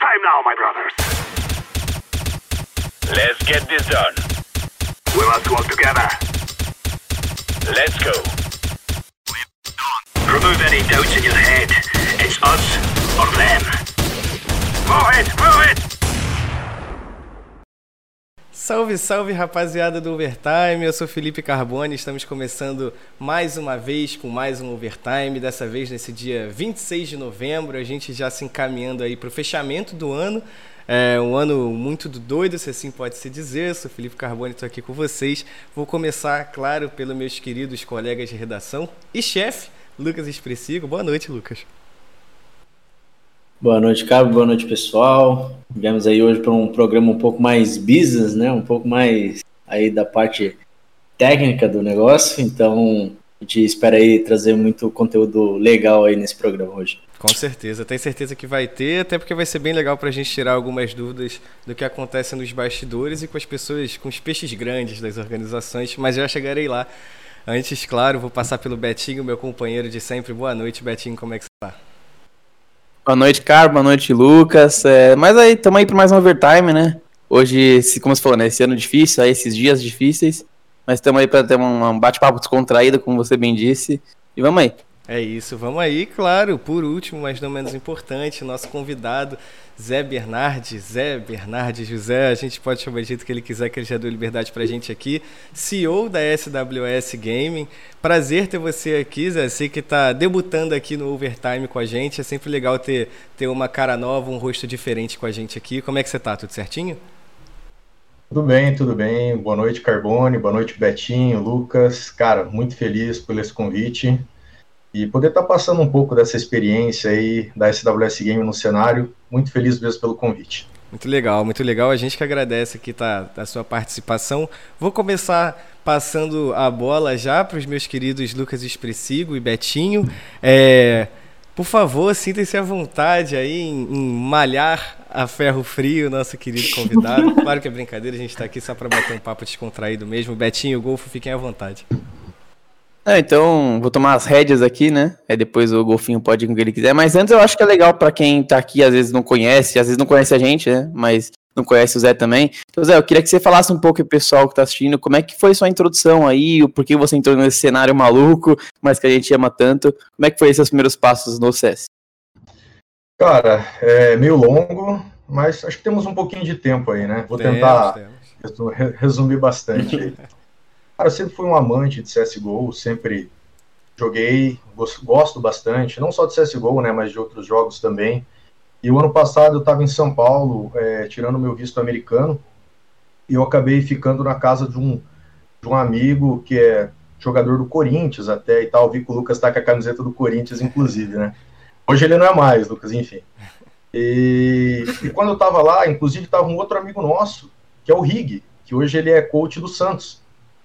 time now, my brothers. Let's get this done. We must work together. Let's go. Remove any doubts in your head. It's us or them. Move it, move it! Salve, salve, rapaziada do Overtime, eu sou Felipe Carboni, estamos começando mais uma vez com mais um Overtime, dessa vez nesse dia 26 de novembro, a gente já se encaminhando aí para o fechamento do ano, um ano muito doido, se assim pode se dizer. Eu sou Felipe Carboni, estou aqui com vocês, vou começar, claro, pelos meus queridos colegas de redação e chefe, Lucas Expressigo. Boa noite, Lucas. Boa noite, Cabo. Boa noite, pessoal. Viemos aí hoje para um programa um pouco mais business, né? Um pouco mais aí da parte técnica do negócio. Então, a gente espera aí trazer muito conteúdo legal aí nesse programa hoje. Com certeza. Tenho certeza que vai ter, até porque vai ser bem legal para a gente tirar algumas dúvidas do que acontece nos bastidores e com as pessoas, com os peixes grandes das organizações, mas já chegarei lá. Antes, claro, vou passar pelo Betinho, meu companheiro de sempre. Boa noite, Betinho. Como é que você está? Boa noite, Carlos. Boa noite, Lucas. Mas aí, estamos aí para mais um Overtime, né? Hoje, como você falou, né? Esse ano difícil, esses dias difíceis. Mas estamos aí para ter um bate-papo descontraído, como você bem disse. E vamos aí. É isso, vamos aí, claro. Por último, mas não menos importante, nosso convidado, Zé Bernardi José, a gente pode chamar de jeito que ele quiser, que ele já deu liberdade pra gente aqui, CEO da SWS Gaming. Prazer ter você aqui, Zé, sei que tá debutando aqui no Overtime com a gente, é sempre legal ter uma cara nova, um rosto diferente com a gente aqui. Como é que você tá? Tudo certinho? Tudo bem. Boa noite, Carboni, boa noite, Betinho, Lucas. Cara, muito feliz por esse convite. E poder estar passando um pouco dessa experiência aí da SWS Game no cenário, muito feliz mesmo pelo convite. Muito legal. A gente que agradece aqui a sua participação. Vou começar passando a bola já para os meus queridos Lucas Expressigo e Betinho. Por favor, sintam-se à vontade aí em malhar a ferro frio nosso querido convidado. Claro que é brincadeira, a gente está aqui só para bater um papo descontraído mesmo. Betinho e o Golfo, fiquem à vontade. Então, vou tomar as rédeas aqui, né? Depois o Golfinho pode ir com o que ele quiser. Mas antes eu acho que é legal para quem tá aqui, às vezes não conhece a gente, né? Mas não conhece o Zé também. Então, Zé, eu queria que você falasse um pouco pro pessoal que tá assistindo, como é que foi sua introdução aí, o porquê você entrou nesse cenário maluco, mas que a gente ama tanto. Como é que foi esses seus primeiros passos no CS? Cara, é meio longo, mas acho que temos um pouquinho de tempo aí, né? Vou tentar resumir bastante aí. Cara, eu sempre fui um amante de CSGO, sempre joguei, gosto bastante, não só de CSGO, né, mas de outros jogos também. E o ano passado eu estava em São Paulo, tirando meu visto americano, e eu acabei ficando na casa de um amigo que é jogador do Corinthians até e tal. Vi que o Lucas tá com a camiseta do Corinthians, inclusive, né? Hoje ele não é mais, Lucas, enfim. E quando eu estava lá, inclusive, estava um outro amigo nosso, que é o Rig, que hoje ele é coach do Santos.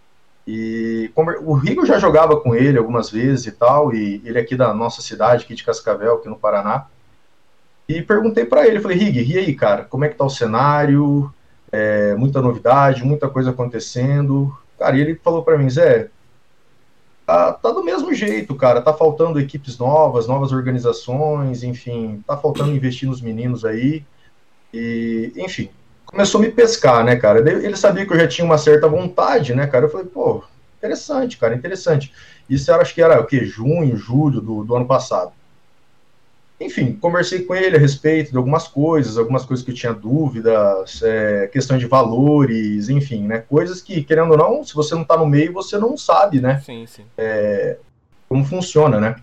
E o Rigo já jogava com ele algumas vezes e tal, e ele é aqui da nossa cidade, aqui de Cascavel, aqui no Paraná. E perguntei para ele, falei, Rig, e aí, cara, como é que tá o cenário? Muita novidade, muita coisa acontecendo. Cara, e ele falou para mim, Zé, tá do mesmo jeito, cara, tá faltando equipes novas organizações, enfim, tá faltando investir nos meninos aí, e, enfim, começou a me pescar, né, cara? Ele sabia que eu já tinha uma certa vontade, né, cara? Eu falei, pô, interessante, cara, interessante. Isso eu acho que era o quê? Junho, julho do ano passado. Enfim, conversei com ele a respeito de algumas coisas que eu tinha dúvidas, questão de valores, enfim, né? Coisas que, querendo ou não, se você não tá no meio, você não sabe, né? Sim. Como funciona, né?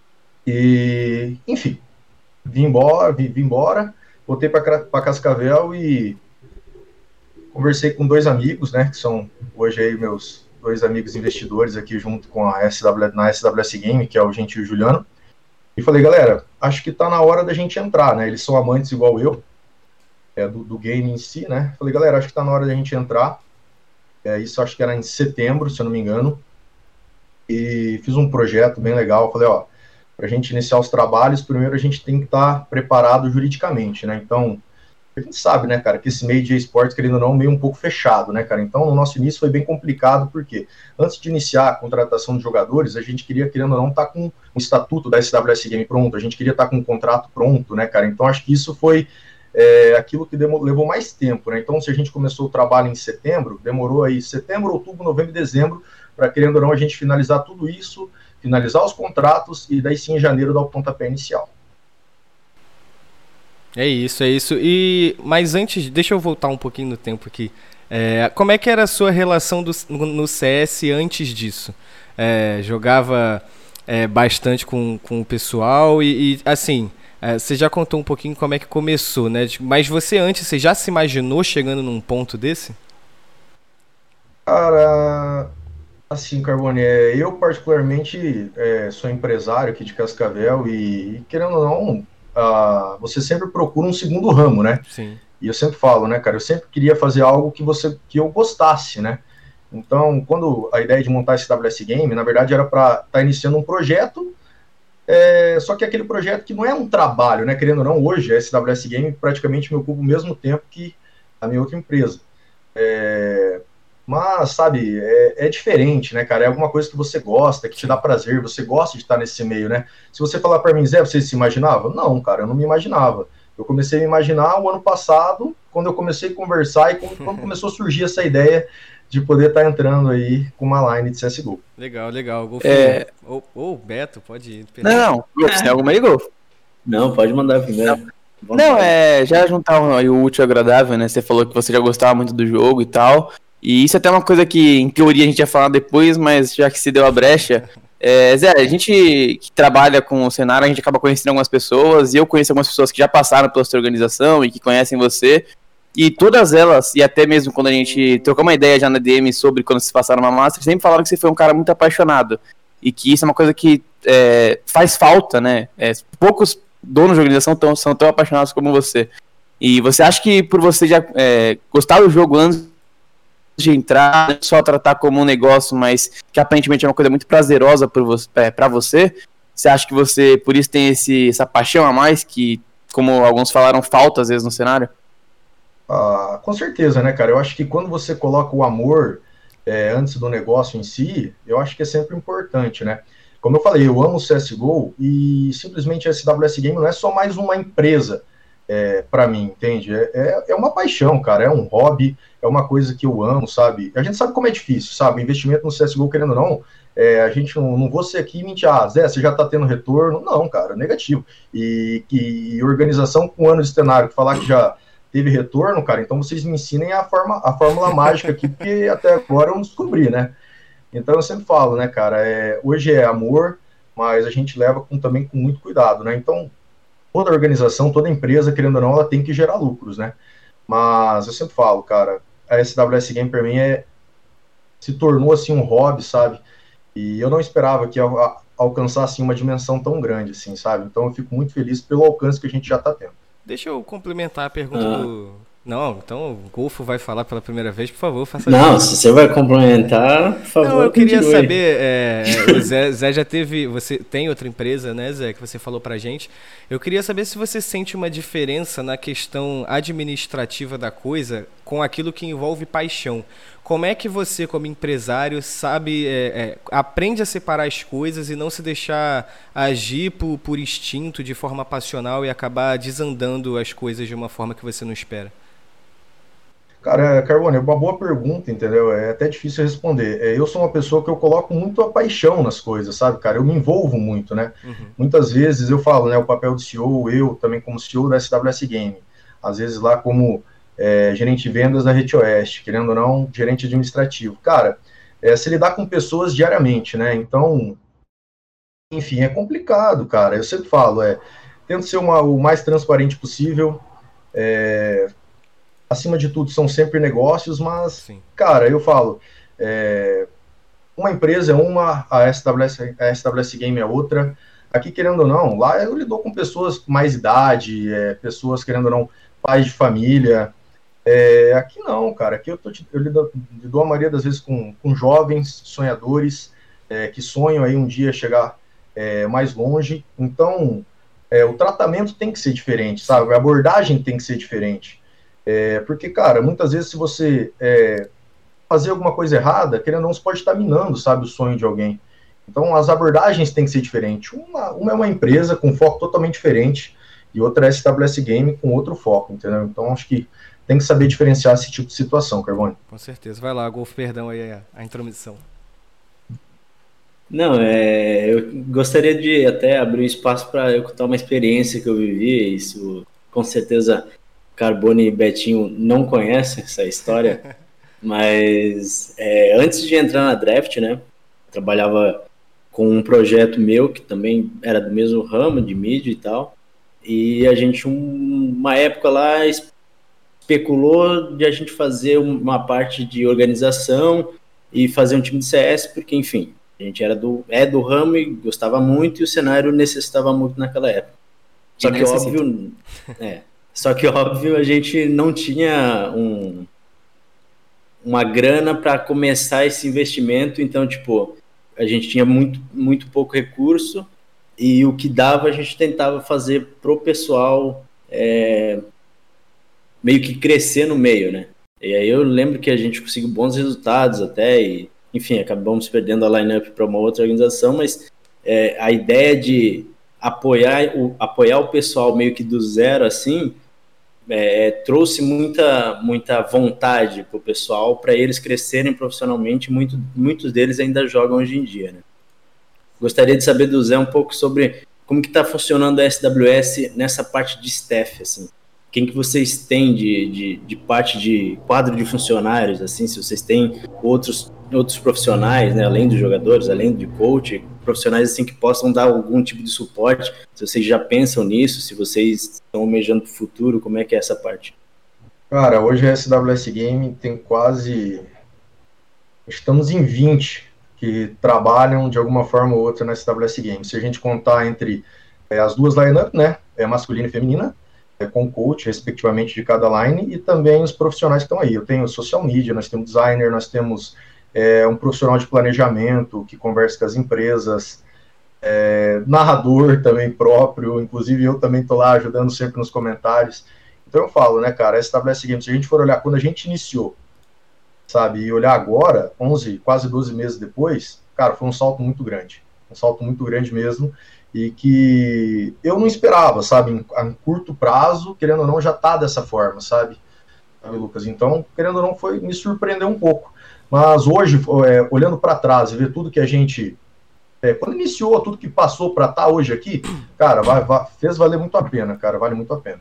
E, enfim, vim embora, voltei para Cascavel e conversei com dois amigos, né, que são hoje aí meus dois amigos investidores aqui junto com na SWS Game, que é o Gentil e o Juliano, e falei, galera, acho que tá na hora da gente entrar, né, eles são amantes igual eu, do game em si, né, falei, galera, acho que tá na hora da gente entrar, isso acho que era em setembro, se eu não me engano, e fiz um projeto bem legal, falei, ó, pra gente iniciar os trabalhos, primeiro a gente tem que estar preparado juridicamente, né, então a gente sabe, né, cara, que esse meio de esportes, querendo ou não, meio um pouco fechado, né, cara, então no nosso início foi bem complicado, porque antes de iniciar a contratação de jogadores, a gente queria, querendo ou não, estar com um estatuto da SWS Game pronto, a gente queria estar com um contrato pronto, né, cara, então acho que isso foi aquilo que levou mais tempo, né? Então, se a gente começou o trabalho em setembro, demorou aí setembro, outubro, novembro e dezembro, para, querendo ou não, a gente finalizar tudo isso, finalizar os contratos e daí sim em janeiro dar o pontapé inicial. É isso. Mas antes, deixa eu voltar um pouquinho no tempo aqui. Como é que era a sua relação no CS antes disso? Jogava bastante com o pessoal e assim, você já contou um pouquinho como é que começou, né? Mas você já se imaginou chegando num ponto desse? Cara, assim, Carbone, eu particularmente sou empresário aqui de Cascavel e querendo ou não, você sempre procura um segundo ramo, né? Sim. E eu sempre falo, né, cara, eu sempre queria fazer algo que eu gostasse, né? Então, quando a ideia de montar esse WS Game, na verdade, era para estar iniciando um projeto, só que aquele projeto que não é um trabalho, né? Querendo ou não, hoje a SWS Game praticamente me ocupa o mesmo tempo que a minha outra empresa. Mas, sabe, é diferente, né, cara? É alguma coisa que você gosta, que te dá prazer, você gosta de estar nesse meio, né? Se você falar para mim, Zé, você se imaginava? Não, cara, eu não me imaginava. Eu comecei a me imaginar o ano passado, quando eu comecei a conversar e quando começou a surgir essa ideia de poder estar entrando aí com uma line de CSGO. Legal. Golfinho. Ou Beto, pode ir. Não, você tem alguma aí, Golfo? Não, pode mandar primeiro. Não, já juntar o útil ao agradável, né? Você falou que você já gostava muito do jogo e tal. E isso é até uma coisa que, em teoria, a gente ia falar depois, mas já que se deu a brecha. Zé, a gente que trabalha com o cenário, a gente acaba conhecendo algumas pessoas, e eu conheço algumas pessoas que já passaram pela sua organização e que conhecem você. E todas elas, e até mesmo quando a gente trocou uma ideia já na DM sobre quando vocês passaram na Master, sempre falaram que você foi um cara muito apaixonado. E que isso é uma coisa que faz falta, né? Poucos donos de organização são tão apaixonados como você. E você acha que por você já gostar do jogo antes de entrar, não só tratar como um negócio, mas que aparentemente é uma coisa muito prazerosa pra você, você acha que você, por isso, tem essa paixão a mais, que, como alguns falaram, falta às vezes no cenário? Com certeza, né, cara? Eu acho que quando você coloca o amor antes do negócio em si, eu acho que é sempre importante, né? Como eu falei, eu amo o CSGO e simplesmente a SWS Game não é só mais uma empresa para mim, entende? É uma paixão, cara, é um hobby, é uma coisa que eu amo, sabe? A gente sabe como é difícil, sabe? Investimento no CSGO, querendo ou não, a gente não vou ser aqui e mentir, Zé, você já tá tendo retorno? Não, cara, negativo. E organização com ano de cenário, que falar que já teve retorno, cara, então vocês me ensinem a fórmula mágica aqui, porque até agora eu não descobri, né? Então eu sempre falo, né, cara, hoje é amor, mas a gente leva também com muito cuidado, né? Então, toda organização, toda empresa, querendo ou não, ela tem que gerar lucros, né? Mas eu sempre falo, cara, a SWS Game para mim se tornou assim um hobby, sabe? E eu não esperava que alcançasse uma dimensão tão grande, assim, sabe? Então eu fico muito feliz pelo alcance que a gente já tá tendo. Deixa eu complementar a pergunta do... Não, então o Golfo vai falar pela primeira vez, por favor, faça isso. Não, se você vai complementar, por favor. Não, eu queria continue. saber, o Zé já teve, você tem outra empresa, né, Zé, que você falou pra gente. Eu queria saber se você sente uma diferença na questão administrativa da coisa com aquilo que envolve paixão. Como é que você, como empresário, sabe, aprende a separar as coisas e não se deixar agir por instinto, de forma passional e acabar desandando as coisas de uma forma que você não espera? Cara, Carbone, é uma boa pergunta, entendeu? É até difícil responder. Eu sou uma pessoa que eu coloco muito a paixão nas coisas, sabe, cara? Eu me envolvo muito, né? Uhum. Muitas vezes eu falo, né, o papel do CEO, eu também como CEO da SWS Game, às vezes lá como gerente de vendas da Rede Oeste, querendo ou não, gerente administrativo. Cara, se lidar com pessoas diariamente, né? Então, enfim, é complicado, cara. Eu sempre falo, tento ser o mais transparente possível, acima de tudo, são sempre negócios, mas, sim, cara, eu falo, uma empresa é uma, a SWS Game é outra. Aqui, querendo ou não, lá eu lido com pessoas com mais idade, pessoas, querendo ou não, pais de família. Aqui não, cara, aqui eu lido a maioria das vezes com jovens sonhadores, que sonham aí um dia chegar mais longe. Então, o tratamento tem que ser diferente, sabe? A abordagem tem que ser diferente. Porque, cara, muitas vezes se você fazer alguma coisa errada, querendo ou não, você pode estar minando, sabe, o sonho de alguém. Então, as abordagens têm que ser diferentes. Uma é uma empresa com foco totalmente diferente, e outra é SWS Game com outro foco, entendeu? Então acho que tem que saber diferenciar esse tipo de situação, Carbone. Com certeza. Vai lá, Golf, perdão aí a intromissão. Não, eu gostaria de até abrir um espaço para eu contar uma experiência que eu vivi. Isso, com certeza, Carbone e Betinho não conhecem essa história, mas antes de entrar na Draft, né, trabalhava com um projeto meu que também era do mesmo ramo de mídia e tal, e a gente, uma época lá, especulou de a gente fazer uma parte de organização e fazer um time de CS, porque, enfim, a gente do ramo e gostava muito, e o cenário necessitava muito naquela época. Só que óbvio, a gente não tinha uma grana para começar esse investimento, então, tipo, a gente tinha muito pouco recurso, e o que dava a gente tentava fazer pro pessoal meio que crescer no meio, né? E aí eu lembro que a gente conseguiu bons resultados até, e enfim, acabamos perdendo a line-up para uma outra organização, mas a ideia de apoiar o pessoal meio que do zero, assim, trouxe muita vontade para o pessoal, para eles crescerem profissionalmente. Muitos deles ainda jogam hoje em dia, né? Gostaria de saber do Zé um pouco sobre como que está funcionando a SWS nessa parte de staff, assim. Quem que vocês têm de parte de quadro de funcionários, assim, se vocês têm outros profissionais, né, além dos jogadores, além de coach, profissionais assim que possam dar algum tipo de suporte, se vocês já pensam nisso, se vocês estão almejando para o futuro, como é que é essa parte? Cara, hoje a SWS Game tem estamos em 20 que trabalham de alguma forma ou outra na SWS Game. Se a gente contar entre as duas lineups, né, masculina e feminina, com coach, respectivamente, de cada line, e também os profissionais que estão aí. Eu tenho social media, nós temos designer, nós temos um profissional de planejamento que conversa com as empresas, narrador também próprio, inclusive eu também estou lá ajudando sempre nos comentários. Então eu falo, né, cara, a SWS Games, se a gente for olhar quando a gente iniciou, sabe, e olhar agora, 11, quase 12 meses depois, cara, foi um salto muito grande mesmo, e que eu não esperava, sabe, em curto prazo, querendo ou não, já tá dessa forma, sabe, Lucas? Então, querendo ou não, me surpreendeu um pouco. Mas hoje, olhando para trás e ver tudo que a gente, quando iniciou, tudo que passou para estar hoje aqui, cara, fez valer muito a pena, cara, vale muito a pena.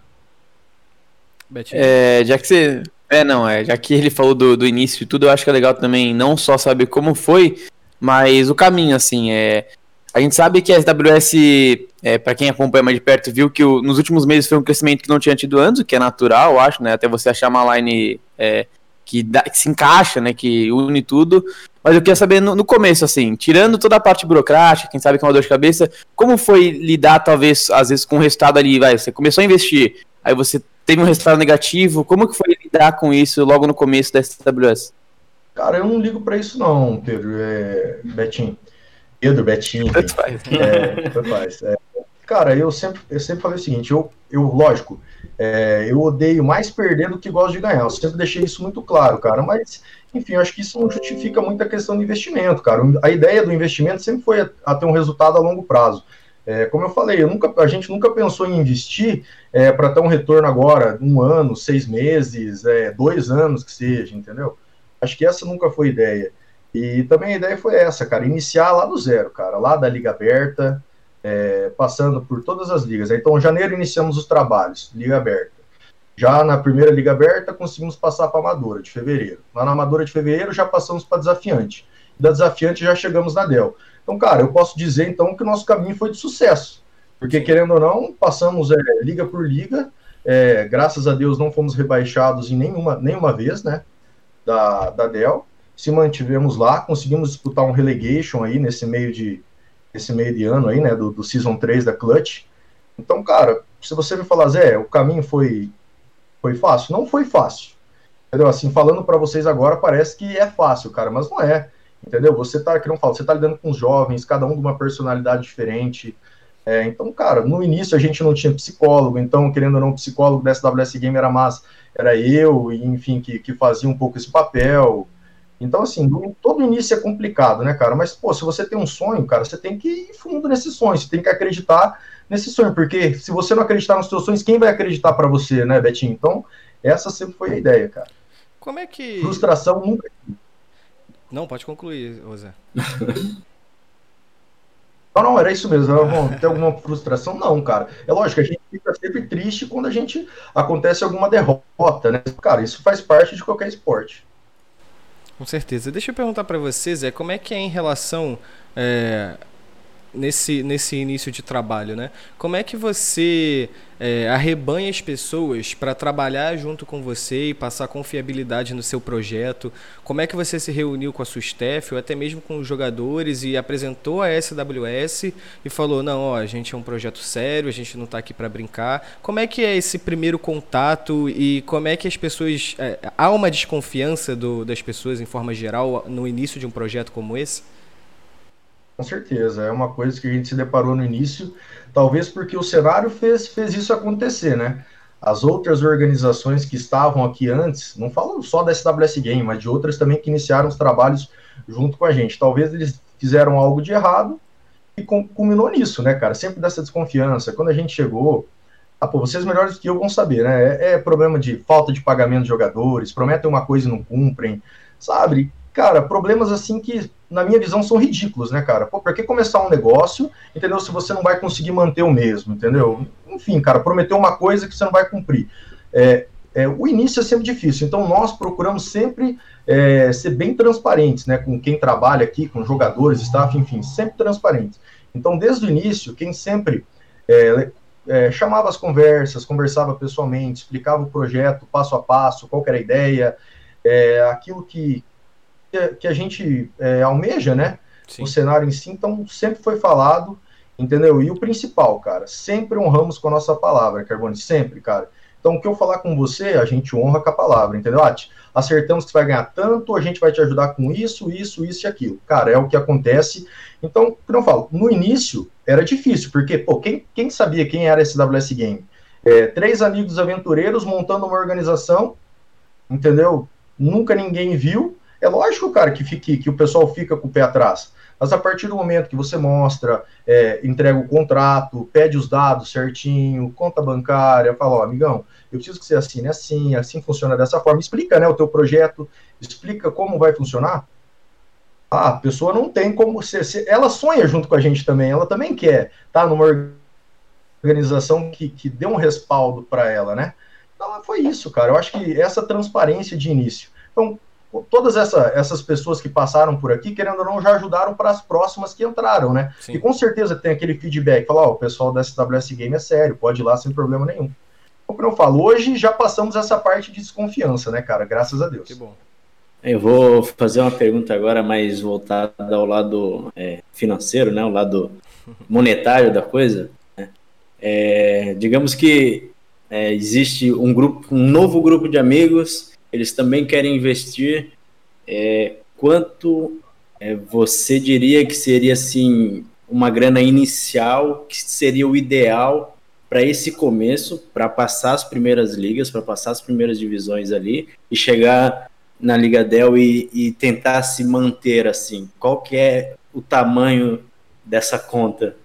Já que você... já que ele falou do início de tudo, eu acho que é legal também não só saber como foi, mas o caminho, assim, a gente sabe que a SWS, para quem acompanha mais de perto, viu que nos últimos meses foi um crescimento que não tinha tido antes, o que é natural, eu acho, né? Até você achar uma line que se encaixa, né? Que une tudo. Mas eu queria saber no começo, assim, tirando toda a parte burocrática, quem sabe que é uma dor de cabeça, como foi lidar, talvez, às vezes, com o resultado ali, você começou a investir, aí você teve um resultado negativo, como que foi lidar com isso logo no começo da SWS? Cara, eu não ligo pra isso não, Pedro, Betinho. Betinho, tanto faz. Tanto faz. Cara, eu sempre falei o seguinte, lógico, eu odeio mais perder do que gosto de ganhar, eu sempre deixei isso muito claro, cara, mas, enfim, eu acho que isso não justifica muito a questão do investimento, cara. A ideia do investimento sempre foi a ter um resultado a longo prazo. Como eu falei, a gente nunca pensou em investir para ter um retorno agora, 1 ano, 6 meses, 2 anos que seja, entendeu? Acho que essa nunca foi a ideia. E também a ideia foi essa, cara, iniciar lá do zero, cara, lá da Liga Aberta, passando por todas as ligas. Então, em janeiro iniciamos os trabalhos, Liga Aberta. Já na primeira Liga Aberta, conseguimos passar para a Amadora, de fevereiro. Lá na Amadora de fevereiro, já passamos para Desafiante. Da Desafiante, já chegamos na Dell. Então, cara, eu posso dizer, então, que o nosso caminho foi de sucesso. Porque, querendo ou não, passamos liga por liga. Graças a Deus, não fomos rebaixados em nenhuma vez, né, da Dell. Se mantivemos lá, conseguimos disputar um relegation aí nesse meio de ano aí, né, do Season 3 da Clutch. Então, cara, se você me falar, Zé, o caminho foi fácil? Não foi fácil. Entendeu? Assim, falando para vocês agora, parece que é fácil, cara, mas não é. Entendeu? Você tá lidando com os jovens, cada um de uma personalidade diferente. Então, cara, no início a gente não tinha psicólogo, então, querendo ou não, o psicólogo da SWS Game era eu, e, enfim, que fazia um pouco esse papel. Então, assim, todo início é complicado, né, cara? Mas, pô, se você tem um sonho, cara, você tem que ir fundo nesse sonho, você tem que acreditar nesse sonho, porque se você não acreditar nos seus sonhos, quem vai acreditar para você, né, Betinho? Então, essa sempre foi a ideia, cara. Como é que... Frustração nunca... Não, pode concluir, José. Não, era isso mesmo. Tem alguma frustração? Não, cara. É lógico, a gente fica sempre triste quando a gente acontece alguma derrota, né? Cara, isso faz parte de qualquer esporte. Com certeza. Deixa eu perguntar para você, Zé, como é que é em relação nesse início de trabalho, né? Como é que você arrebanha as pessoas para trabalhar junto com você e passar confiabilidade no seu projeto? Como é que você se reuniu com a sua staff ou até mesmo com os jogadores e apresentou a SWS e falou, não, ó, a gente é um projeto sério, a gente não está aqui para brincar. Como é que é esse primeiro contato e como é que as pessoas... há uma desconfiança das pessoas em forma geral no início de um projeto como esse? Com certeza, é uma coisa que a gente se deparou no início, talvez porque o cenário fez isso acontecer, né? As outras organizações que estavam aqui antes, não falo só da SWS Game, mas de outras também que iniciaram os trabalhos junto com a gente. Talvez eles fizeram algo de errado e culminou nisso, né, cara? Sempre dessa desconfiança. Quando a gente chegou, vocês melhores que eu vão saber, né? É problema de falta de pagamento de jogadores, prometem uma coisa e não cumprem, sabe? Cara, problemas assim que, na minha visão, são ridículos, né, cara? Pô, por que começar um negócio, entendeu? Se você não vai conseguir manter o mesmo, entendeu? Enfim, cara, prometer uma coisa que você não vai cumprir. O início é sempre difícil, então nós procuramos sempre ser bem transparentes, né, com quem trabalha aqui, com jogadores, staff, enfim, sempre transparentes. Então, desde o início, quem sempre chamava as conversas, conversava pessoalmente, explicava o projeto passo a passo, qual que era a ideia, aquilo que a gente almeja, né? Sim. O cenário em si, então sempre foi falado, entendeu? E o principal, cara, sempre honramos com a nossa palavra, Carbone, sempre, cara. Então, o que eu falar com você, a gente honra com a palavra, entendeu? Acertamos que você vai ganhar tanto, a gente vai te ajudar com isso e aquilo. Cara, é o que acontece. Então, como eu falo, no início era difícil, porque, pô, quem sabia quem era esse SWS Game? 3 amigos aventureiros montando uma organização, entendeu? Nunca ninguém viu. É lógico, cara, que o pessoal fica com o pé atrás. Mas a partir do momento que você mostra, entrega o contrato, pede os dados certinho, conta bancária, fala, ó, amigão, eu preciso que você assine assim funciona dessa forma. Explica, né, o teu projeto, explica como vai funcionar. A pessoa não tem como... ela sonha junto com a gente também, ela também quer estar numa organização que dê um respaldo para ela, né? Então, foi isso, cara. Eu acho que essa transparência de início. Então, todas essas pessoas que passaram por aqui, querendo ou não, já ajudaram para as próximas que entraram, né? Sim. E com certeza tem aquele feedback, falar, o pessoal da SWS Game é sério, pode ir lá sem problema nenhum. Então, como eu falo, hoje já passamos essa parte de desconfiança, né, cara? Graças a Deus. Que bom. Eu vou fazer uma pergunta agora mais voltada ao lado financeiro, né? O lado monetário da coisa. Né? Digamos que existe um novo grupo de amigos. Eles também querem investir. Quanto você diria que seria assim, uma grana inicial, que seria o ideal para esse começo, para passar as primeiras ligas, para passar as primeiras divisões ali e chegar na Liga Del e tentar se manter assim? Qual que é o tamanho dessa conta?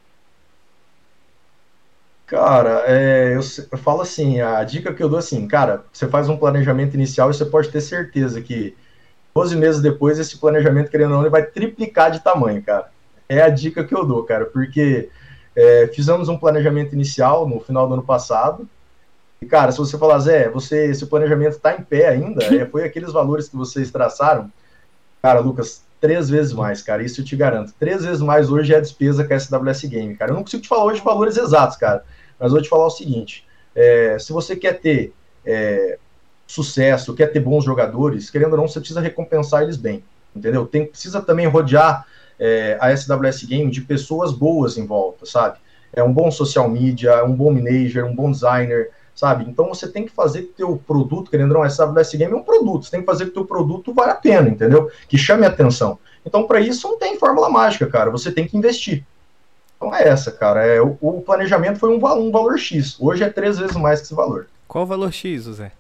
Cara, eu falo assim, a dica que eu dou assim, cara, você faz um planejamento inicial e você pode ter certeza que 12 meses depois esse planejamento, querendo ou não, ele vai triplicar de tamanho, cara. É a dica que eu dou, cara, porque fizemos um planejamento inicial no final do ano passado e, cara, se você falar, Zé, esse planejamento está em pé ainda, foi aqueles valores que vocês traçaram, cara, Lucas, 3 vezes mais, cara, isso eu te garanto. 3 vezes mais hoje é a despesa com a SWS Game, cara. Eu não consigo te falar hoje valores exatos, cara, mas eu vou te falar o seguinte, se você quer ter sucesso, quer ter bons jogadores, querendo ou não, você precisa recompensar eles bem, entendeu? Precisa também rodear a SWS Game de pessoas boas em volta, sabe? Um bom social media, um bom manager, um bom designer, sabe? Então você tem que fazer que o teu produto, querendo ou não, a SWS Game é um produto, você tem que fazer que o teu produto vale a pena, entendeu? Que chame a atenção. Então, para isso, não tem fórmula mágica, cara, você tem que investir. Então é essa, cara, o planejamento foi um valor X, hoje é 3 vezes mais que esse valor. Qual o valor X, Zé?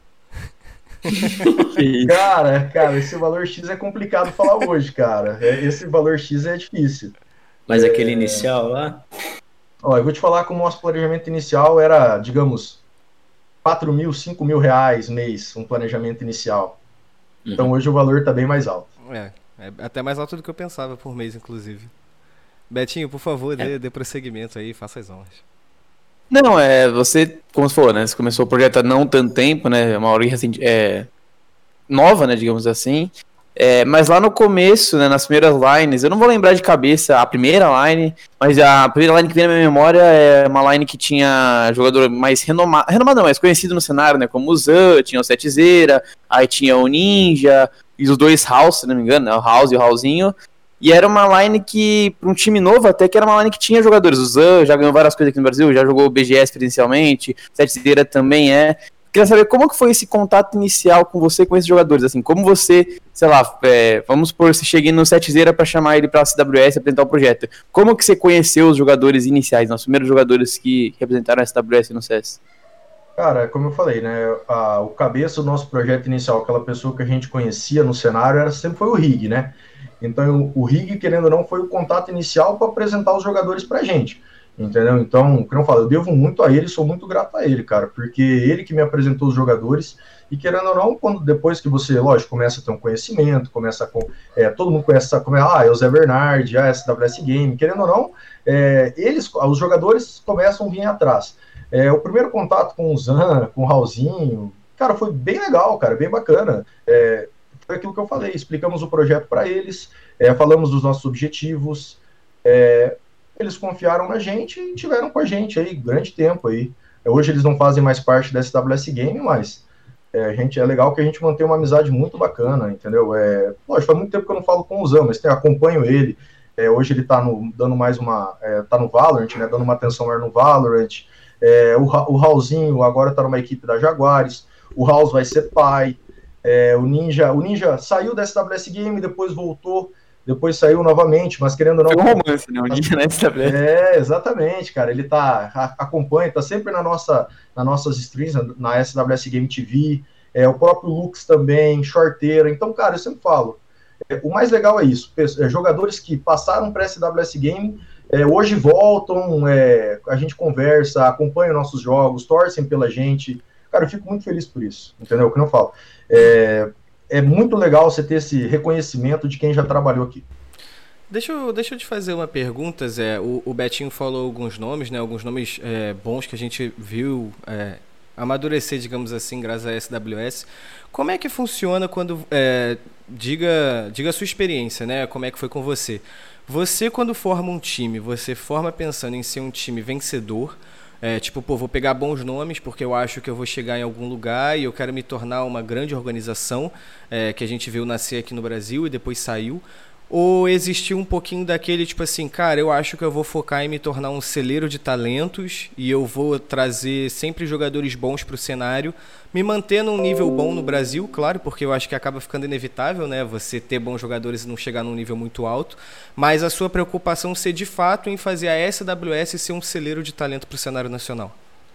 Cara, esse valor X é complicado falar hoje, cara, esse valor X é difícil. Mas aquele inicial lá? Ó, eu vou te falar que o nosso planejamento inicial era, digamos, 4 mil, 5 mil reais mês, um planejamento inicial. Então hoje o valor tá bem mais alto. É até mais alto do que eu pensava por mês, inclusive. Betinho, por favor, dê prosseguimento aí, faça as honras. Não, você, como você falou, né? Você começou o projeto há não tanto tempo, né? Uma hora recente, nova, né? Digamos assim. Mas lá no começo, né? Nas primeiras lines, eu não vou lembrar de cabeça a primeira line, mas a primeira line que vem na minha memória é uma line que tinha jogador mais renomado não, mais conhecido no cenário, né? Como o Zan, tinha o Setzeira, aí tinha o Ninja, e os dois House, se não me engano, né, o House e o Raulzinho. E era uma line que, para um time novo até, que era uma line que tinha jogadores. O Zan já ganhou várias coisas aqui no Brasil, já jogou o BGS presencialmente, o Setzeira também Queria saber como que foi esse contato inicial com você, com esses jogadores, assim, como você, sei lá, vamos supor, você cheguei no Setzeira para chamar ele para a CWS apresentar o projeto. Como que você conheceu os jogadores iniciais, os primeiros jogadores que representaram a CWS no CS? Cara, como eu falei, né, o cabeça do nosso projeto inicial, aquela pessoa que a gente conhecia no cenário, sempre foi o Rig, né? Então, o Rig, querendo ou não, foi o contato inicial para apresentar os jogadores pra gente. Entendeu? Então, como eu falo, eu devo muito a ele, sou muito grato a ele, cara, porque ele que me apresentou os jogadores, e querendo ou não, depois que você, lógico, começa a ter um conhecimento, começa a todo mundo começa a é o Zé Bernard, a SWS Game, querendo ou não, os jogadores começam a vir atrás. O primeiro contato com o Zan, com o Raulzinho, cara, foi bem legal, cara, bem bacana. Foi aquilo que eu falei, explicamos o projeto para eles, falamos dos nossos objetivos, eles confiaram na gente e tiveram com a gente aí grande tempo aí. Hoje eles não fazem mais parte da SWS Game, mas é legal que a gente mantém uma amizade muito bacana, entendeu? Lógico, faz muito tempo que eu não falo com o Zan, mas acompanho ele. Hoje ele tá dando mais tá no Valorant, né? Dando uma atenção maior no Valorant. O Raulzinho agora tá numa equipe da Jaguares. O House vai ser pai. O Ninja saiu da SWS Game, depois voltou. Depois saiu novamente, mas querendo ou não... Foi um romance, né? O Ninja na SWS. Exatamente, cara. Ele acompanha, tá sempre nas nossas streams, na SWS Game TV. O próprio Lux também, shorteira. Então, cara, eu sempre falo, o mais legal é isso. Jogadores que passaram para SWS Game, hoje voltam, a gente conversa, acompanha nossos jogos, torcem pela gente. Cara, eu fico muito feliz por isso, entendeu? O que eu falo. É muito legal você ter esse reconhecimento de quem já trabalhou aqui. Deixa eu te fazer uma pergunta, Zé. O Betinho falou alguns nomes, né? Alguns nomes bons que a gente viu amadurecer, digamos assim, graças à SWS. Como é que funciona quando... diga a sua experiência, né? Como é que foi com você? Você, quando forma um time, você forma pensando em ser um time vencedor... vou pegar bons nomes porque eu acho que eu vou chegar em algum lugar e eu quero me tornar uma grande organização que a gente viu nascer aqui no Brasil e depois saiu. Ou existiu um pouquinho daquele tipo assim, cara, eu acho que eu vou focar em me tornar um celeiro de talentos e eu vou trazer sempre jogadores bons para o cenário, me manter num nível bom no Brasil, claro, porque eu acho que acaba ficando inevitável, né, você ter bons jogadores e não chegar num nível muito alto, mas a sua preocupação ser de fato em fazer a SWS ser um celeiro de talento para o cenário nacional.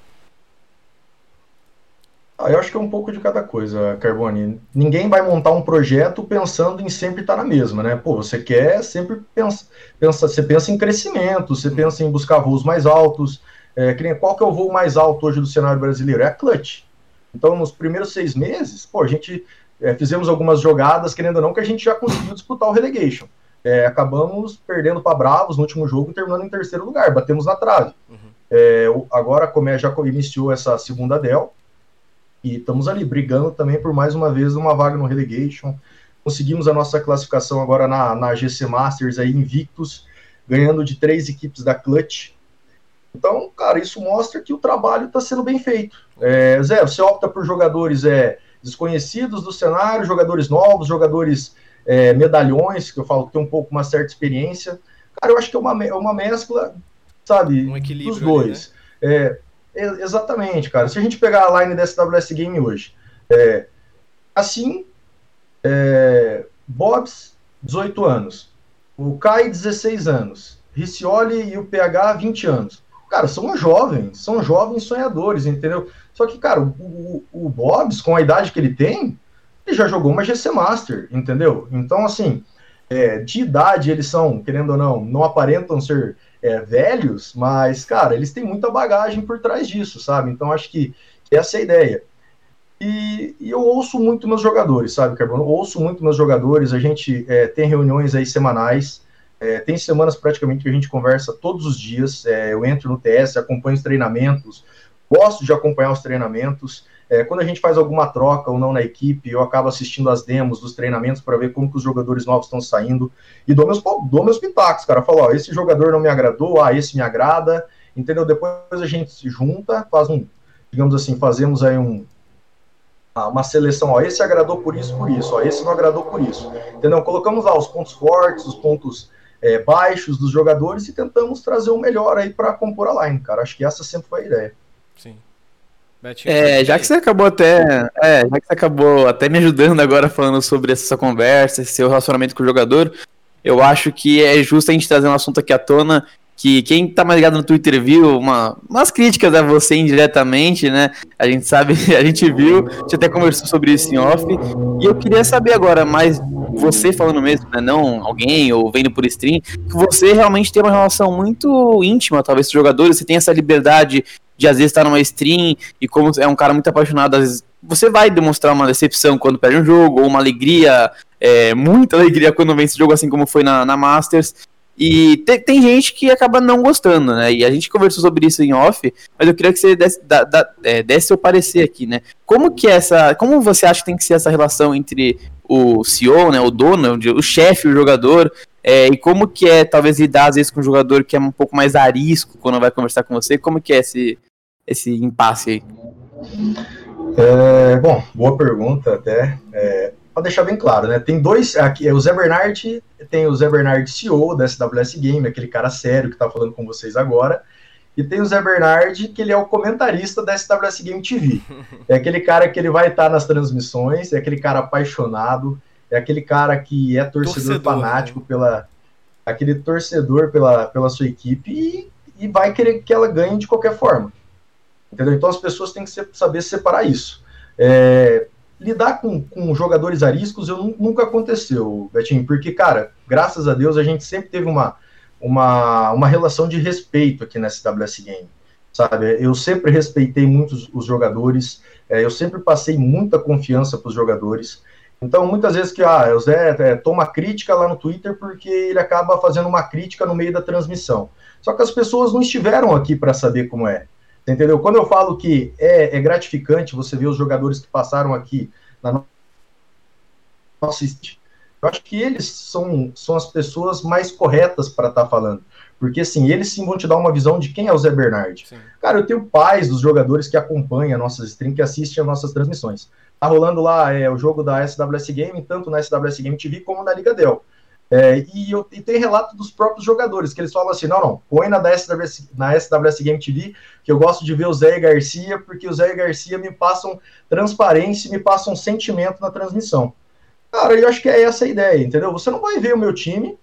Eu acho que é um pouco de cada coisa, Carboni. Ninguém vai montar um projeto pensando em sempre estar na mesma, né? Você quer sempre você pensa em crescimento, você pensa em buscar voos mais altos. Qual que é o voo mais alto hoje do cenário brasileiro? É a Clutch. Então, nos primeiros 6 meses, a gente fizemos algumas jogadas, querendo ou não, que a gente já conseguiu disputar o relegation. Acabamos perdendo para Bravos no último jogo, terminando em 3º lugar, batemos na trave. Agora, como já iniciou essa segunda Del, e estamos ali brigando também por mais uma vez uma vaga no relegation. Conseguimos a nossa classificação agora na GC Masters aí invictos, ganhando de 3 equipes da Clutch. Então, cara, isso mostra que o trabalho está sendo bem feito. Zé, você opta por jogadores desconhecidos do cenário, jogadores novos, jogadores medalhões, que eu falo que tem um pouco uma certa experiência. Cara, eu acho que é uma mescla, sabe, um equilíbrio dos dois. Ali, né? Exatamente, cara. Se a gente pegar a line da SWS Game hoje, Bobs, 18 anos, o Kai, 16 anos, Riccioli e o PH, 20 anos. Cara, são jovens sonhadores, entendeu? Só que, cara, o Bobs, com a idade que ele tem, ele já jogou uma GC Master, entendeu? Então, assim, de idade eles são, querendo ou não aparentam ser velhos, mas, cara, eles têm muita bagagem por trás disso, sabe? Então acho que essa é a ideia. E eu ouço muito meus jogadores, sabe, Carbono? Eu ouço muito meus jogadores, a gente tem reuniões aí semanais, tem semanas praticamente que a gente conversa todos os dias, eu entro no TS, acompanho os treinamentos, gosto de acompanhar os treinamentos, quando a gente faz alguma troca ou não na equipe, eu acabo assistindo as demos dos treinamentos para ver como que os jogadores novos estão saindo, e dou meus pitacos, cara, falo, ó, esse jogador não me agradou, esse me agrada, entendeu? Depois a gente se junta, digamos assim, fazemos aí uma seleção, ó, esse agradou por isso, ó, esse não agradou por isso, entendeu? Colocamos lá os pontos fortes, os pontos baixos dos jogadores e tentamos trazer o melhor aí para compor a line, cara. Acho que essa sempre foi a ideia. Sim. Já que você acabou até me ajudando agora falando sobre essa conversa, esse seu relacionamento com o jogador, eu acho que é justo a gente trazer um assunto aqui à tona, que quem tá mais ligado no Twitter viu umas críticas a você indiretamente, né? A gente sabe, a gente viu, a gente até conversou sobre isso em off, e eu queria saber agora, mais você falando mesmo, né? Não alguém ou vendo por stream, que você realmente tem uma relação muito íntima, talvez, com os jogadores, você tem essa liberdade de às vezes estar numa stream, e como é um cara muito apaixonado, às vezes você vai demonstrar uma decepção quando perde um jogo, ou uma alegria, muita alegria quando vence esse jogo, assim como foi na Masters. E tem gente que acaba não gostando, né? E a gente conversou sobre isso em off, mas eu queria que você desse seu parecer aqui, né? Como você acha que tem que ser essa relação entre o CEO, né, o dono, o chefe, o jogador, e como que é talvez lidar às vezes com um jogador que é um pouco mais arisco quando vai conversar com você? Como que é esse impasse aí? Bom, boa pergunta até. Para deixar bem claro, né? Tem dois, aqui o Zé Bernard, tem o Zé Bernard CEO da SWS Game, aquele cara sério que tá falando com vocês agora, e tem o Zé Bernard, que ele é o comentarista da SWS Game TV. É aquele cara que ele vai estar nas transmissões, é aquele cara apaixonado, é aquele cara que é torcedor fanático, né? Aquele torcedor pela sua equipe e vai querer que ela ganhe de qualquer forma. Entendeu? Então as pessoas têm que saber separar isso. Lidar com jogadores ariscos nunca aconteceu, Betinho, porque, cara, graças a Deus a gente sempre teve uma relação de respeito aqui na SWS Game, sabe? Eu sempre respeitei muito os jogadores, eu sempre passei muita confiança para os jogadores. Então, muitas vezes o Zé toma crítica lá no Twitter porque ele acaba fazendo uma crítica no meio da transmissão. Só que as pessoas não estiveram aqui para saber como é. Entendeu? Quando eu falo que é gratificante você ver os jogadores que passaram aqui na nossa, eu acho que eles são as pessoas mais corretas para estar falando. Porque, assim, eles sim vão te dar uma visão de quem é o Zé Bernard. Sim. Cara, eu tenho pais dos jogadores que acompanham nossas streams, que assistem as nossas transmissões. Tá rolando lá o jogo da SWS Game, tanto na SWS Game TV como na Liga Dell. E tem relato dos próprios jogadores, que eles falam assim, não, põe na SWS Game TV, que eu gosto de ver o Zé e Garcia, porque o Zé e Garcia me passam transparência, me passam sentimento na transmissão. Cara, eu acho que é essa a ideia, entendeu? Você não vai ver o meu time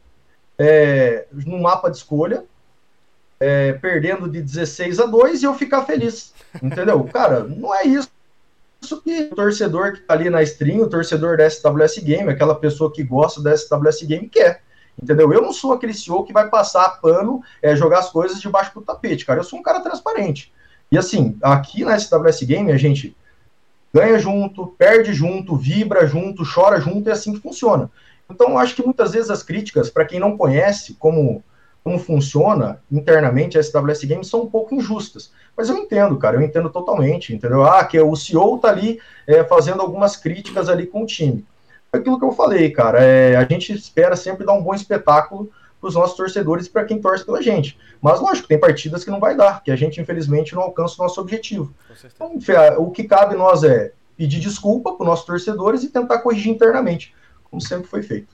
no mapa de escolha, perdendo de 16-2 e eu ficar feliz, entendeu? Cara, não é isso que o torcedor que tá ali na stream, o torcedor da SWS Game, aquela pessoa que gosta da SWS Game quer, entendeu? Eu não sou aquele CEO que vai passar pano, jogar as coisas debaixo do tapete, cara. Eu sou um cara transparente. E assim, aqui na SWS Game a gente ganha junto, perde junto, vibra junto, chora junto, e é assim que funciona. Então eu acho que muitas vezes as críticas, para quem não conhece como funciona internamente a SWS Game, são um pouco injustas. Mas eu entendo, cara, eu entendo totalmente, entendeu? Que o CEO tá ali fazendo algumas críticas ali com o time. É aquilo que eu falei, cara, a gente espera sempre dar um bom espetáculo para os nossos torcedores e para quem torce pela gente. Mas, lógico, tem partidas que não vai dar, que a gente, infelizmente, não alcança o nosso objetivo. Então, o que cabe nós é pedir desculpa para os nossos torcedores e tentar corrigir internamente, como sempre foi feito.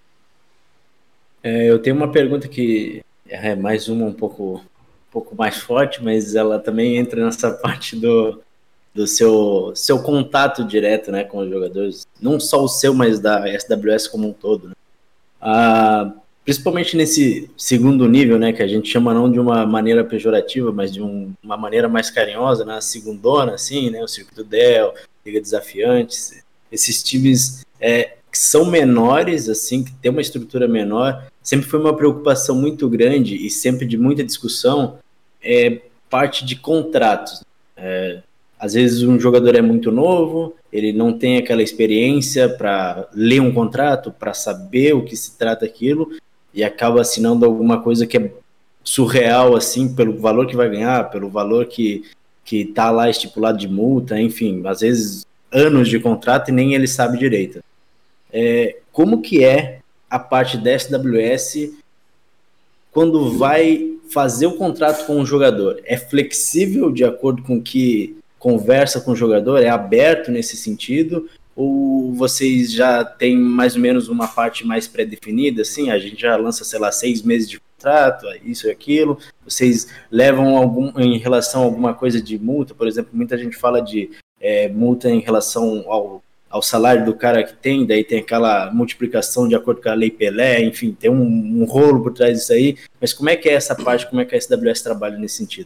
Eu tenho uma pergunta que é mais um pouco mais forte, mas ela também entra nessa parte do seu contato direto, né, com os jogadores, não só o seu, mas da SWS como um todo, né? Principalmente nesse segundo nível, né, que a gente chama não de uma maneira pejorativa, mas de uma maneira mais carinhosa, né, segundona, assim, né, o Circuito Dell, Liga Desafiantes, esses times que são menores, assim, que tem uma estrutura menor, sempre foi uma preocupação muito grande e sempre de muita discussão, parte de contratos. Às vezes um jogador é muito novo, ele não tem aquela experiência para ler um contrato, para saber o que se trata aquilo, e acaba assinando alguma coisa que é surreal, assim, pelo valor que vai ganhar, pelo valor que tá lá estipulado de multa, enfim, às vezes anos de contrato e nem ele sabe direito. Como que é a parte da SWS quando vai fazer o contrato com o jogador? É flexível de acordo com o que conversa com o jogador? É aberto nesse sentido? Ou vocês já têm mais ou menos uma parte mais pré-definida? Assim, a gente já lança, sei lá, 6 meses de contrato, isso e aquilo. Vocês levam em relação a alguma coisa de multa? Por exemplo, muita gente fala de multa em relação ao salário do cara que tem, daí tem aquela multiplicação de acordo com a Lei Pelé, enfim, tem um rolo por trás disso aí. Mas como é que é essa parte, como é que a SWS trabalha nesse sentido?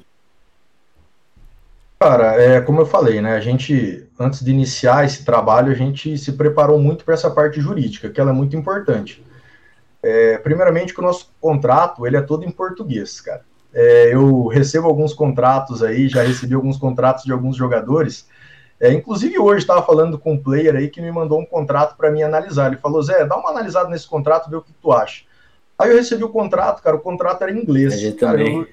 Cara, como eu falei, né, a gente, antes de iniciar esse trabalho, a gente se preparou muito para essa parte jurídica, que ela é muito importante. Primeiramente que o nosso contrato, ele é todo em português, cara. Eu recebo alguns contratos aí, já recebi alguns contratos de alguns jogadores, inclusive hoje estava falando com um player aí que me mandou um contrato para mim analisar. Ele falou, Zé, dá uma analisada nesse contrato, vê o que tu acha. Aí eu recebi o contrato, cara, o contrato era em inglês. Cara, eu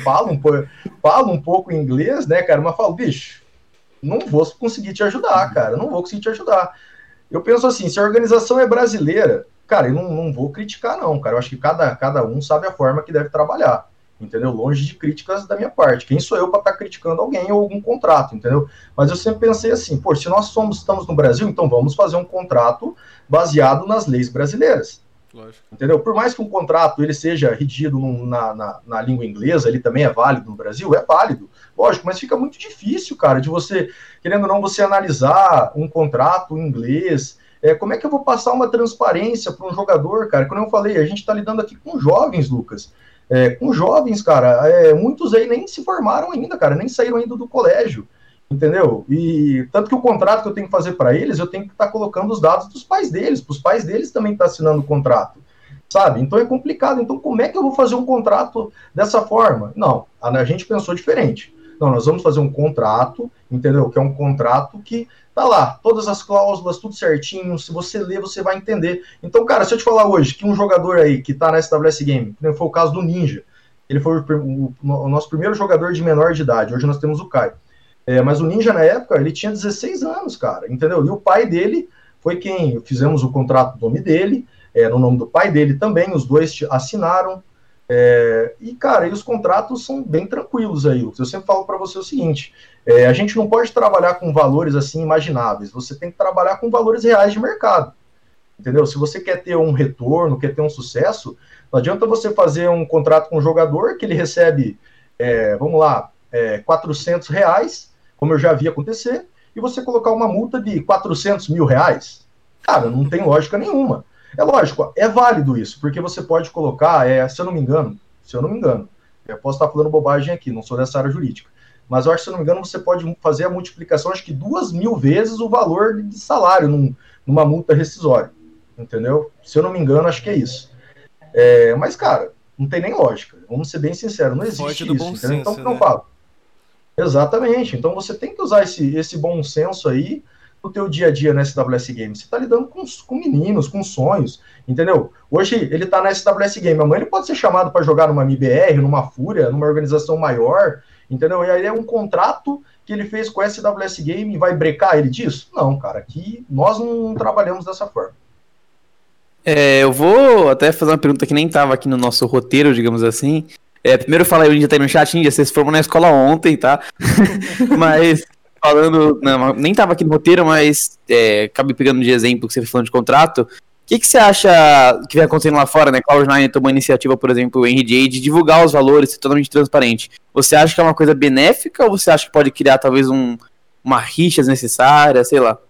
falo um pouco inglês, né, cara, mas falo, bicho, não vou conseguir te ajudar, cara, não vou conseguir te ajudar. Eu penso assim, se a organização é brasileira, cara, eu não vou criticar não, cara, eu acho que cada um sabe a forma que deve trabalhar, entendeu? Longe de críticas da minha parte. Quem sou eu para estar criticando alguém ou algum contrato, entendeu? Mas eu sempre pensei assim, pô, se nós estamos no Brasil, então vamos fazer um contrato baseado nas leis brasileiras. Lógico. Entendeu? Por mais que um contrato ele seja redigido na língua inglesa, ele também é válido no Brasil, é válido, lógico, mas fica muito difícil, cara, de você, querendo ou não, você analisar um contrato em inglês. Como é que eu vou passar uma transparência para um jogador, cara? Como eu falei, a gente está lidando aqui com jovens, Lucas. Com jovens, cara, muitos aí nem se formaram ainda, cara, nem saíram ainda do colégio, entendeu? E tanto que o contrato que eu tenho que fazer para eles, eu tenho que estar colocando os dados dos pais deles, para os pais deles também estar assinando o contrato, sabe? Então é complicado. Então como é que eu vou fazer um contrato dessa forma? Não, a gente pensou diferente. Não, nós vamos fazer um contrato, entendeu? Que é um contrato que tá lá, todas as cláusulas, tudo certinho, se você ler, você vai entender. Então, cara, se eu te falar hoje que um jogador aí que tá na SWS Game, que foi o caso do Ninja, ele foi o nosso primeiro jogador de menor de idade, hoje nós temos o Caio. Mas o Ninja, na época, ele tinha 16 anos, cara, entendeu? E o pai dele foi quem fizemos o contrato no nome dele, no nome do pai dele também, os dois assinaram. E, cara, e os contratos são bem tranquilos aí. Eu sempre falo para você o seguinte, a gente não pode trabalhar com valores assim imagináveis, você tem que trabalhar com valores reais de mercado, entendeu? Se você quer ter um retorno, quer ter um sucesso, não adianta você fazer um contrato com um jogador que ele recebe, vamos lá, R$400, como eu já vi acontecer, e você colocar uma multa de R$400 mil. Cara, não tem lógica nenhuma. É lógico, é válido isso, porque você pode colocar, se eu não me engano, eu posso estar falando bobagem aqui, não sou dessa área jurídica, mas eu acho que, se eu não me engano, você pode fazer a multiplicação, acho que 2.000 vezes o valor de salário numa multa rescisória, entendeu? Se eu não me engano, acho que é isso. Mas, cara, não tem nem lógica, vamos ser bem sinceros, não existe isso, entendeu? Senso, então, não falo. Exatamente, então você tem que usar esse bom senso aí no teu dia a dia na SWS Game. Você tá lidando com meninos, com sonhos, entendeu? Hoje ele tá na SWS Game, amanhã ele pode ser chamado para jogar numa MBR, numa Fúria, numa organização maior, entendeu? E aí é um contrato que ele fez com a SWS Game e vai brecar ele disso? Não, cara, aqui nós não trabalhamos dessa forma. Eu vou até fazer uma pergunta que nem tava aqui no nosso roteiro, digamos assim. Primeiro fala aí, o Ninja tá aí no chat. Ninja, você se formou na escola ontem, tá? Mas... falando, não, nem tava aqui no roteiro, mas acabei pegando de exemplo que você falando de contrato. O que você acha que vai acontecendo lá fora, né? Cloud9 tomou a iniciativa, por exemplo, o NRJ, de divulgar os valores, ser totalmente transparente. Você acha que é uma coisa benéfica ou você acha que pode criar talvez uma rixa desnecessária, sei lá?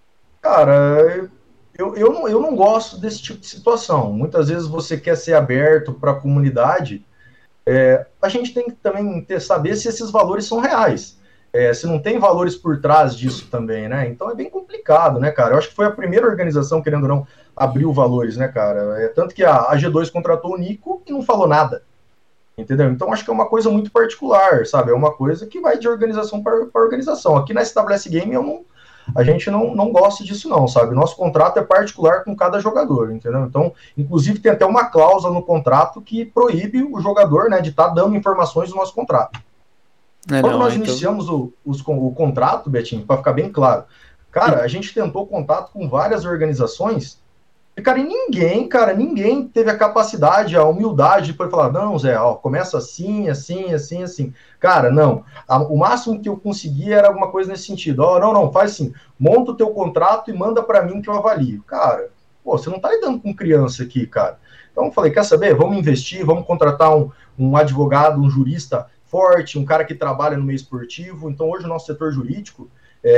Cara, eu não gosto desse tipo de situação. Muitas vezes você quer ser aberto para a comunidade. A gente tem que também saber se esses valores são reais. se não tem valores por trás disso também, né? Então é bem complicado, né, cara? Eu acho que foi a primeira organização, querendo ou não, abriu valores, né, cara? Tanto que a G2 contratou o Nico e não falou nada, entendeu? Então acho que é uma coisa muito particular, sabe? É uma coisa que vai de organização para organização. Aqui na SWS Game a gente não gosta disso não, sabe? Nosso contrato é particular com cada jogador, entendeu? Então, inclusive tem até uma cláusula no contrato que proíbe o jogador, né, de estar dando informações do nosso contrato. Quando nós iniciamos o contrato, Betinho, para ficar bem claro, cara, a gente tentou contato com várias organizações e, cara, ninguém teve a capacidade, a humildade de falar, não, Zé, ó, começa assim, assim, assim, assim. Cara, não. O máximo que eu conseguia era alguma coisa nesse sentido. Ó, não, faz assim, monta o teu contrato e manda para mim que eu avalio. Cara, pô, você não tá lidando com criança aqui, cara. Então eu falei, quer saber? Vamos investir, vamos contratar um advogado, um jurista forte, um cara que trabalha no meio esportivo. Então hoje o nosso setor jurídico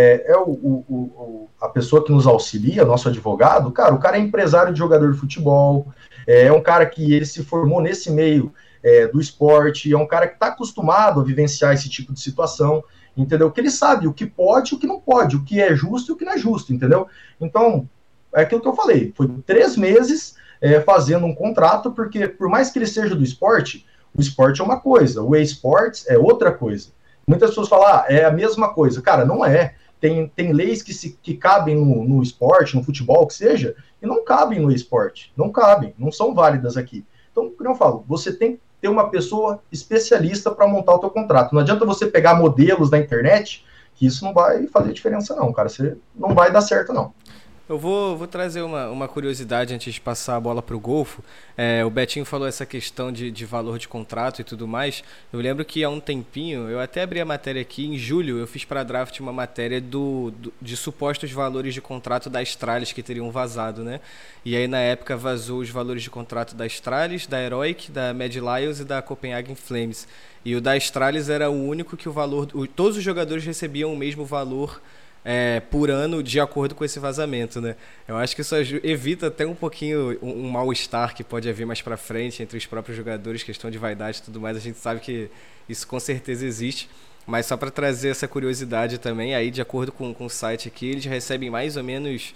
a pessoa que nos auxilia, nosso advogado. Cara, o cara é empresário de jogador de futebol, é um cara que ele se formou nesse meio do esporte, é um cara que está acostumado a vivenciar esse tipo de situação, entendeu? Que ele sabe o que pode e o que não pode, o que é justo e o que não é justo, entendeu? Então, é aquilo que eu falei, foi 3 meses fazendo um contrato, porque por mais que ele seja do esporte, o esporte é uma coisa, o eSports é outra coisa. Muitas pessoas falam, é a mesma coisa. Cara, não é. Tem leis que cabem no esporte, no futebol, que seja, e não cabem no esporte. Não cabem, não são válidas aqui. Então, como eu falo, você tem que ter uma pessoa especialista para montar o teu contrato. Não adianta você pegar modelos da internet, que isso não vai fazer diferença não, cara. Você não vai dar certo, não. Eu vou trazer uma curiosidade antes de passar a bola para o Golfo. O Betinho falou essa questão de valor de contrato e tudo mais. Eu lembro que há um tempinho, eu até abri a matéria aqui, em julho, eu fiz para a Draft uma matéria de supostos valores de contrato da Astralis que teriam vazado, né? E aí na época vazou os valores de contrato da Astralis, da Heroic, da Mad Lions e da Copenhagen Flames. E o da Astralis era o único que todos os jogadores recebiam o mesmo valor por ano, de acordo com esse vazamento, né? Eu acho que isso evita até um pouquinho um mal-estar que pode haver mais pra frente entre os próprios jogadores, questão de vaidade e tudo mais. A gente sabe que isso com certeza existe, mas só para trazer essa curiosidade também, aí de acordo com o site aqui, eles recebem mais ou menos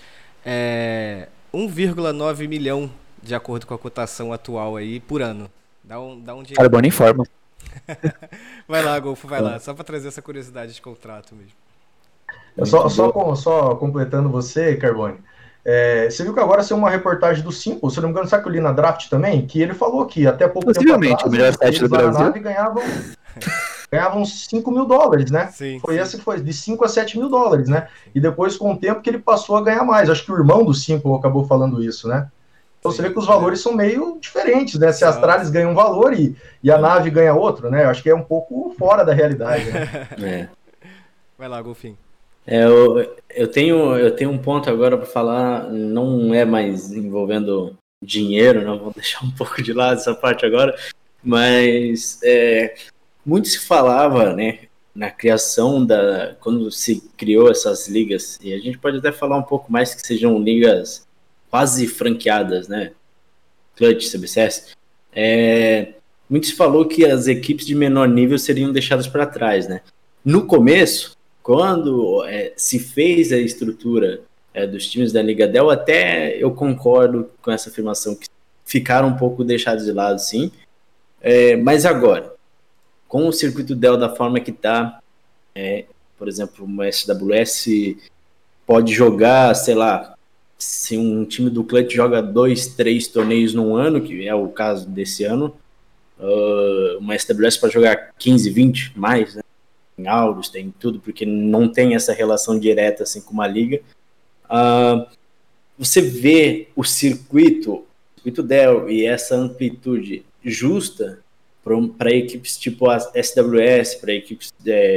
1,9 milhão, de acordo com a cotação atual aí, por ano. Dá um dinheiro. Carbone informa. Vai lá, Golfo, vai lá. Só para trazer essa curiosidade de contrato mesmo. Só completando você, Carbone, você viu que agora saiu uma reportagem do Simple, se não me engano, sabe que eu li na Draft também, que ele falou que até pouco tempo atrás, o melhor site do Brasil, nave ganhavam 5 mil dólares, né? Sim. Esse que foi, de 5 a 7 mil dólares, né? E depois, com o tempo, que ele passou a ganhar mais. Acho que o irmão do Simple acabou falando isso, né? Então você vê que os valores são meio diferentes, né? Se a Astralis ganha um valor e a nave ganha outro, né? Eu acho que é um pouco fora da realidade, né? Vai lá, Golfinho. Eu tenho um ponto agora para falar, não é mais envolvendo dinheiro, não vou deixar um pouco de lado essa parte agora, mas muito se falava, né, na criação quando se criou essas ligas, e a gente pode até falar um pouco mais que sejam ligas quase franqueadas, né, Clutch, CBCS, muito se falou que as equipes de menor nível seriam deixadas para trás, né, no começo, quando se fez a estrutura dos times da Liga Dell, até eu concordo com essa afirmação, que ficaram um pouco deixados de lado, sim. Mas agora, com o circuito Dell da forma que está, por exemplo, uma SWS pode jogar, sei lá, se um time do Clutch joga 2, 3 torneios num ano, que é o caso desse ano, uma SWS pode jogar 15, 20, mais, né? Tem Aurus, tem tudo, porque não tem essa relação direta assim com uma liga. Você vê o circuito Dell e essa amplitude justa para equipes tipo a SWS, para equipes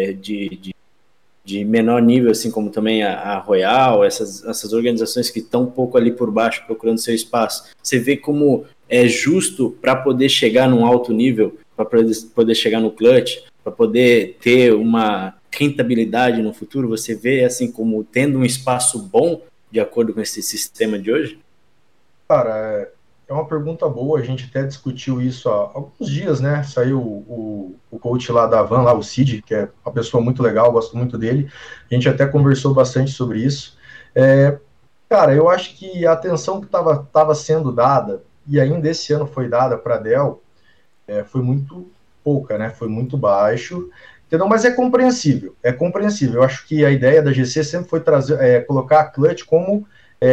de menor nível, assim como também a Royal, essas organizações que estão um pouco ali por baixo procurando seu espaço. Você vê como é justo para poder chegar num alto nível, para poder chegar no Clutch, para poder ter uma rentabilidade no futuro. Você vê assim como tendo um espaço bom de acordo com esse sistema de hoje? Cara, é uma pergunta boa, a gente até discutiu isso há alguns dias, né? Saiu o coach lá da Van, lá, o Cid, que é uma pessoa muito legal, gosto muito dele. A gente até conversou bastante sobre isso. Cara, eu acho que a atenção que estava sendo dada, e ainda esse ano foi dada para a Dell, foi muito pouca, né? Foi muito baixo, entendeu? Mas é compreensível, é compreensível. Eu acho que a ideia da GC sempre foi colocar a Clutch como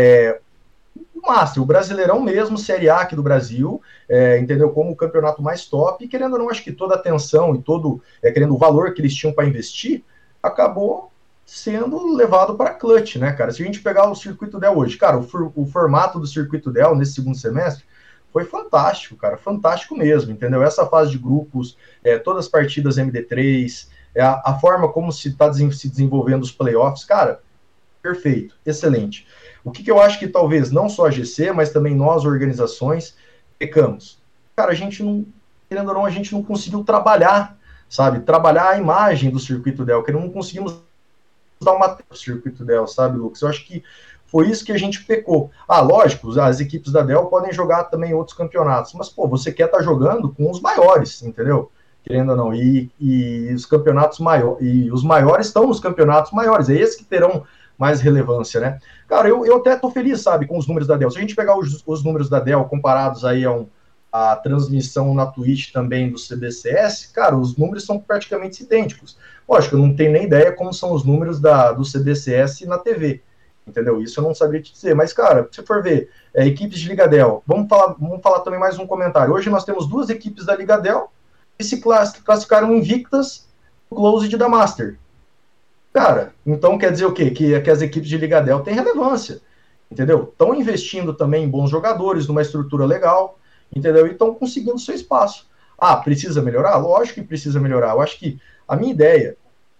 o Master, o Brasileirão mesmo, Série A aqui do Brasil, entendeu? Como o campeonato mais top, e querendo ou não, acho que toda a atenção e todo, querendo o valor que eles tinham para investir, acabou sendo levado para a Clutch, né, cara? Se a gente pegar o Circuito Dell hoje, cara, o formato do Circuito Dell nesse segundo semestre foi fantástico, cara, fantástico mesmo, entendeu? Essa fase de grupos, todas as partidas MD3, a forma como se está se desenvolvendo os playoffs, cara, perfeito, excelente. O que eu acho que talvez não só a GC, mas também nós, organizações, pecamos. Cara, a gente não, querendo ou não, a gente não conseguiu trabalhar, sabe? Trabalhar a imagem do Circuito Dell, que não conseguimos dar uma Circuito Dell, sabe, Lucas? Eu acho que foi isso que a gente pecou. Lógico, as equipes da Dell podem jogar também outros campeonatos, mas, pô, você quer estar jogando com os maiores, entendeu? Querendo ou não, e os campeonatos maiores, e os maiores estão nos campeonatos maiores, é esses que terão mais relevância, né? Cara, eu até tô feliz, sabe, com os números da Dell. Se a gente pegar os números da Dell comparados aí a transmissão na Twitch também do CBCS, cara, os números são praticamente idênticos. Lógico, eu não tenho nem ideia como são os números do CBCS na TV, entendeu? Isso eu não sabia te dizer, mas, cara, se for ver, equipes de Liga Dell, vamos falar também mais um comentário. Hoje nós temos 2 equipes da Liga Dell que se classificaram invictas no Closed da Master. Cara, então quer dizer o quê? Que as equipes de Liga Dell têm relevância, entendeu? Estão investindo também em bons jogadores, numa estrutura legal, entendeu? E estão conseguindo seu espaço. Precisa melhorar? Lógico que precisa melhorar. Eu acho que a minha ideia,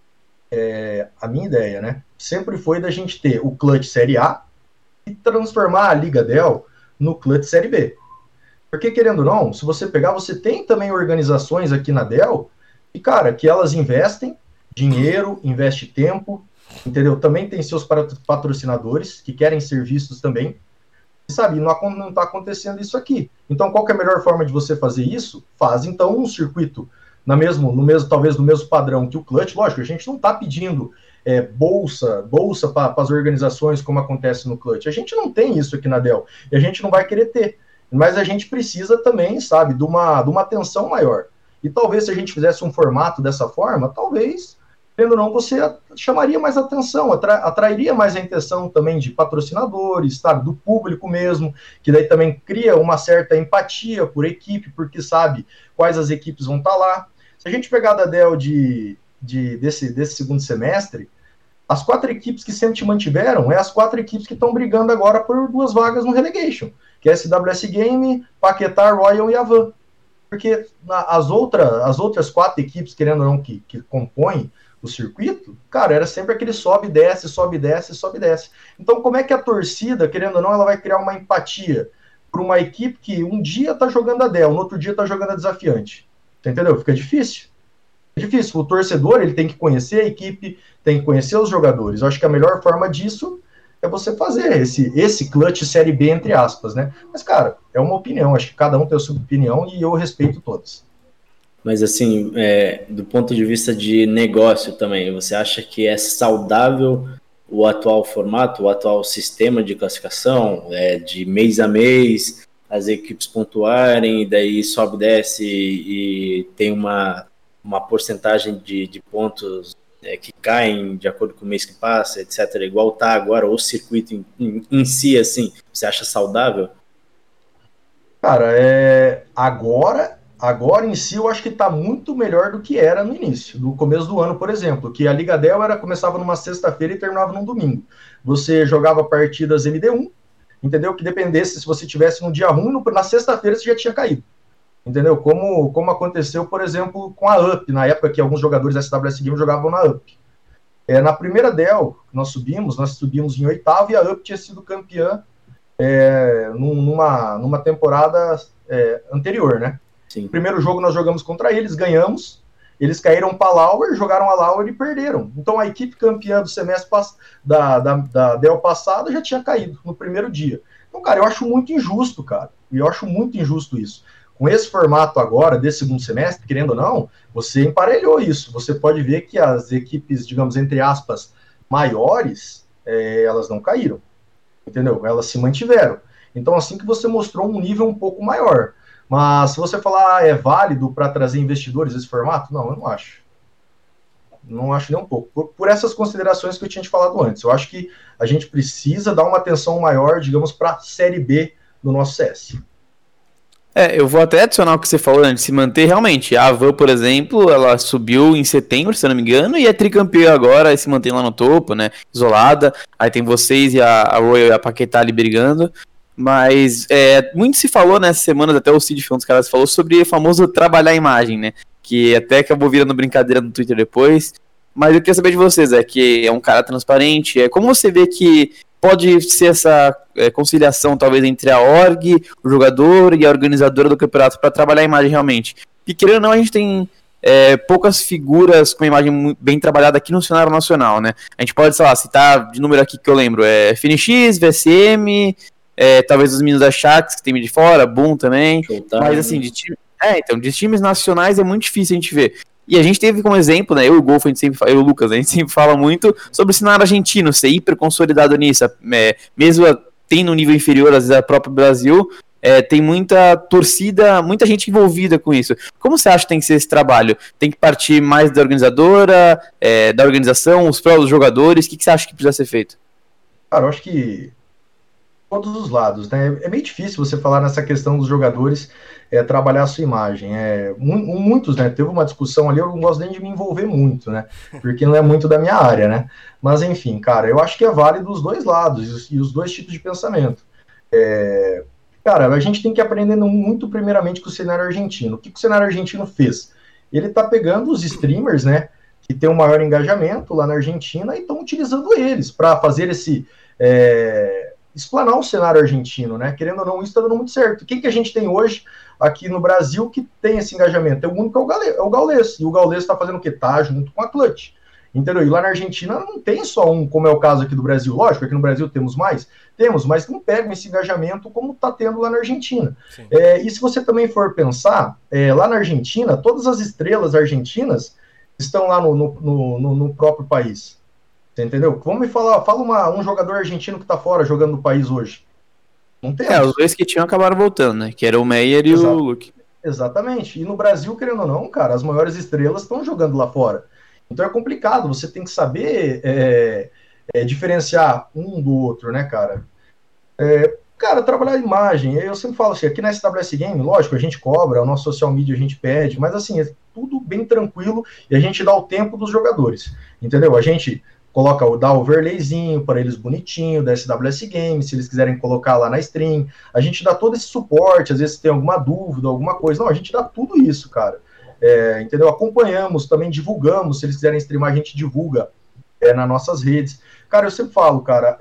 né, sempre foi da gente ter o Clutch Série A e transformar a Liga Dell no Clutch Série B. Porque, querendo ou não, se você pegar, você tem também organizações aqui na Dell e, cara, que elas investem dinheiro, investe tempo, entendeu? Também tem seus patrocinadores que querem ser vistos também, sabe? Não está acontecendo isso aqui. Então, qual que é a melhor forma de você fazer isso? Faz, então, um circuito talvez no mesmo padrão que o Clutch. Lógico, a gente não está pedindo bolsa para as organizações, como acontece no Clutch. A gente não tem isso aqui na Dell, e a gente não vai querer ter. Mas a gente precisa também, sabe, de uma atenção maior. E talvez se a gente fizesse um formato dessa forma, talvez, ou não, você chamaria mais atenção, atrairia mais a atenção também de patrocinadores, sabe, do público mesmo, que daí também cria uma certa empatia por equipe, porque sabe quais as equipes vão estar lá. Se a gente pegar da Dell desse segundo semestre, as 4 equipes que sempre te mantiveram as 4 equipes que estão brigando agora por 2 vagas no Relegation, que é SWS Game, Paquetá, Royal e Avan. Porque as outras 4 equipes, querendo ou não, que compõem o circuito, cara, era sempre aquele sobe, desce, sobe, desce, sobe, desce. Então, como é que a torcida, querendo ou não, ela vai criar uma empatia para uma equipe que um dia tá jogando a Dell, no outro dia tá jogando a Desafiante? Entendeu? Fica difícil. É difícil. O torcedor, ele tem que conhecer a equipe, tem que conhecer os jogadores. Eu acho que a melhor forma disso é você fazer esse clutch Série B, entre aspas, né? Mas, cara, é uma opinião. Acho que cada um tem a sua opinião e eu respeito todas. Mas, assim, do ponto de vista de negócio também, você acha que é saudável o atual formato, o atual sistema de classificação, de mês a mês, as equipes pontuarem, e daí sobe, desce e tem uma porcentagem de pontos que caem de acordo com o mês que passa, etc., igual tá agora o circuito em si, assim, você acha saudável? Cara, agora em si eu acho que está muito melhor do que era no início, no começo do ano, por exemplo, que a Liga Dell começava numa sexta-feira e terminava num domingo. Você jogava partidas MD1, entendeu? Que dependesse, se você tivesse num dia ruim, na sexta-feira você já tinha caído. Entendeu? Como aconteceu, por exemplo, com a UP, na época que alguns jogadores da SWS Game jogavam na UP. Na primeira Dell, nós subimos em 8º, e a UP tinha sido campeã numa temporada anterior, né? Sim. O primeiro jogo nós jogamos contra eles, ganhamos, eles caíram para a Lauer, jogaram a Lauer e perderam. Então a equipe campeã do semestre da Dell passada já tinha caído no primeiro dia. Então, cara, eu acho muito injusto, cara. E eu acho muito injusto isso. Com esse formato agora, desse segundo semestre, querendo ou não, você emparelhou isso. Você pode ver que as equipes, digamos, entre aspas, maiores, elas não caíram. Entendeu? Elas se mantiveram. Então, assim que você mostrou um nível um pouco maior. Mas se você falar, é válido para trazer investidores esse formato? Não, eu não acho. Não acho nem um pouco. Por essas considerações que eu tinha te falado antes. Eu acho que a gente precisa dar uma atenção maior, digamos, para a Série B do nosso CS. Eu vou até adicionar o que você falou, né, de se manter realmente. A Van, por exemplo, ela subiu em setembro, se eu não me engano, e é tricampeã agora e se mantém lá no topo, né, isolada. Aí tem vocês e a Royal e a Paquetá ali brigando. Mas muito se falou nessas semanas, até o Cid foi um dos caras falou sobre o famoso trabalhar a imagem, né, que até acabou virando brincadeira no Twitter depois. Mas eu queria saber de vocês, que é um cara transparente, como você vê que pode ser essa conciliação, talvez, entre a org, o jogador e a organizadora do campeonato para trabalhar a imagem realmente. Porque, querendo ou não, a gente tem poucas figuras com a imagem bem trabalhada aqui no cenário nacional, né? A gente pode, sei lá, citar de número aqui que eu lembro, FNX, VSM, talvez os meninos da Shax, que tem de fora, Boom também. Mas, assim, de times nacionais é muito difícil a gente ver. E a gente teve como exemplo, né, eu e o Golfo, eu e o Lucas, a gente sempre fala muito sobre o cenário argentino ser hiper consolidado nisso, mesmo tendo um nível inferior, às vezes, ao próprio Brasil, tem muita torcida, muita gente envolvida com isso. Como você acha que tem que ser esse trabalho? Tem que partir mais da organizadora, da organização, os próprios jogadores? O que você acha que precisa ser feito? Cara, eu acho que todos os lados, né? É meio difícil você falar nessa questão dos jogadores trabalhar a sua imagem. Muitos, né? Teve uma discussão ali, eu não gosto nem de me envolver muito, né? Porque não é muito da minha área, né? Mas enfim, cara, eu acho que é válido os dois lados e os dois tipos de pensamento. Cara, a gente tem que aprender muito primeiramente com o cenário argentino. O que o cenário argentino fez? Ele tá pegando os streamers, né? Que tem um maior engajamento lá na Argentina e estão utilizando eles para fazer esse explanar o cenário argentino, né? Querendo ou não, isso está dando muito certo. Quem que a gente tem hoje aqui no Brasil que tem esse engajamento? É o único que é o Gaules. E o Gaules está fazendo o quê? Tá junto com a Clutch. Entendeu? E lá na Argentina não tem só um, como é o caso aqui do Brasil. Lógico, aqui no Brasil temos mais, mas não pegam esse engajamento como está tendo lá na Argentina. E se você também for pensar, lá na Argentina, todas as estrelas argentinas estão lá no próprio país. Você entendeu? Vamos me falar, fala um jogador argentino que tá fora jogando no país hoje. Não tem. Os dois que tinham acabaram voltando, né? Que era o Meyer e o Luke. Exatamente. E no Brasil, querendo ou não, cara, as maiores estrelas estão jogando lá fora. Então é complicado, você tem que saber diferenciar um do outro, né, cara? Cara, trabalhar a imagem, eu sempre falo assim, aqui na SWS Game, lógico, a gente cobra, o nosso social media a gente pede, mas assim, é tudo bem tranquilo e a gente dá o tempo dos jogadores, entendeu? A gente dá o overlayzinho para eles bonitinho da SWS Game, se eles quiserem colocar lá na stream, a gente dá todo esse suporte, às vezes tem alguma dúvida, alguma coisa, não, a gente dá tudo isso, cara, entendeu? Acompanhamos, também divulgamos, se eles quiserem streamar, a gente divulga nas nossas redes. Cara, eu sempre falo, cara,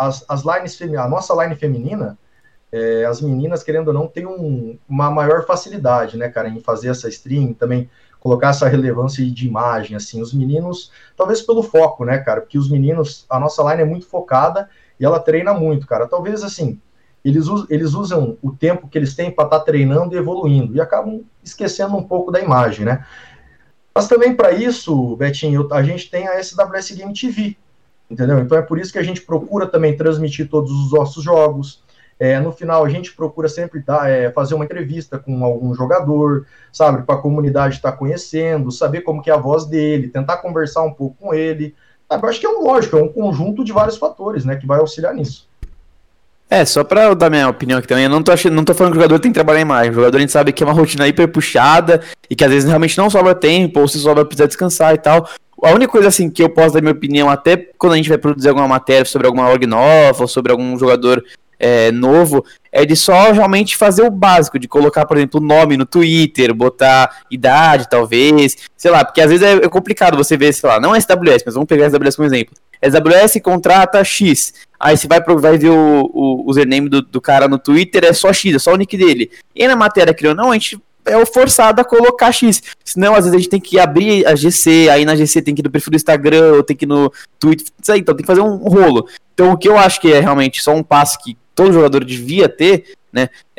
a nossa line feminina, as meninas, querendo ou não, tem uma maior facilidade, né, cara, em fazer essa stream, também colocar essa relevância de imagem, assim, os meninos, talvez pelo foco, né, cara, porque os meninos, a nossa line é muito focada e ela treina muito, cara, talvez, assim, eles usam o tempo que eles têm para estar treinando e evoluindo, e acabam esquecendo um pouco da imagem, né, mas também para isso, Betinho, a gente tem a SWS Game TV, entendeu? Então é por isso que a gente procura também transmitir todos os nossos jogos. No final, a gente procura sempre fazer uma entrevista com algum jogador, sabe? Para a comunidade estar conhecendo, saber como que é a voz dele, tentar conversar um pouco com ele. Sabe? Eu acho que lógico, é um conjunto de vários fatores, né? Que vai auxiliar nisso. Só pra eu dar minha opinião aqui também, eu não tô falando que o jogador tem que trabalhar em imagem. O jogador, a gente sabe que é uma rotina hiper puxada e que às vezes realmente não sobra tempo, ou se sobra precisa descansar e tal. A única coisa assim que eu posso dar minha opinião, até quando a gente vai produzir alguma matéria sobre alguma org nova ou sobre algum jogador novo, é de só realmente fazer o básico, de colocar, por exemplo, o nome no Twitter, botar idade, talvez, sei lá, porque às vezes é complicado você ver, sei lá, não é SWS, mas vamos pegar a SWS como exemplo. SWS contrata X, aí você vai ver o username do cara no Twitter, é só X, é só o nick dele. E na matéria, criou, não, a gente é forçado a colocar X, senão às vezes a gente tem que abrir a GC, aí na GC tem que ir no perfil do Instagram, ou tem que ir no Twitter, então tem que fazer um rolo. Então o que eu acho que é realmente só um passo que todo jogador devia ter, né,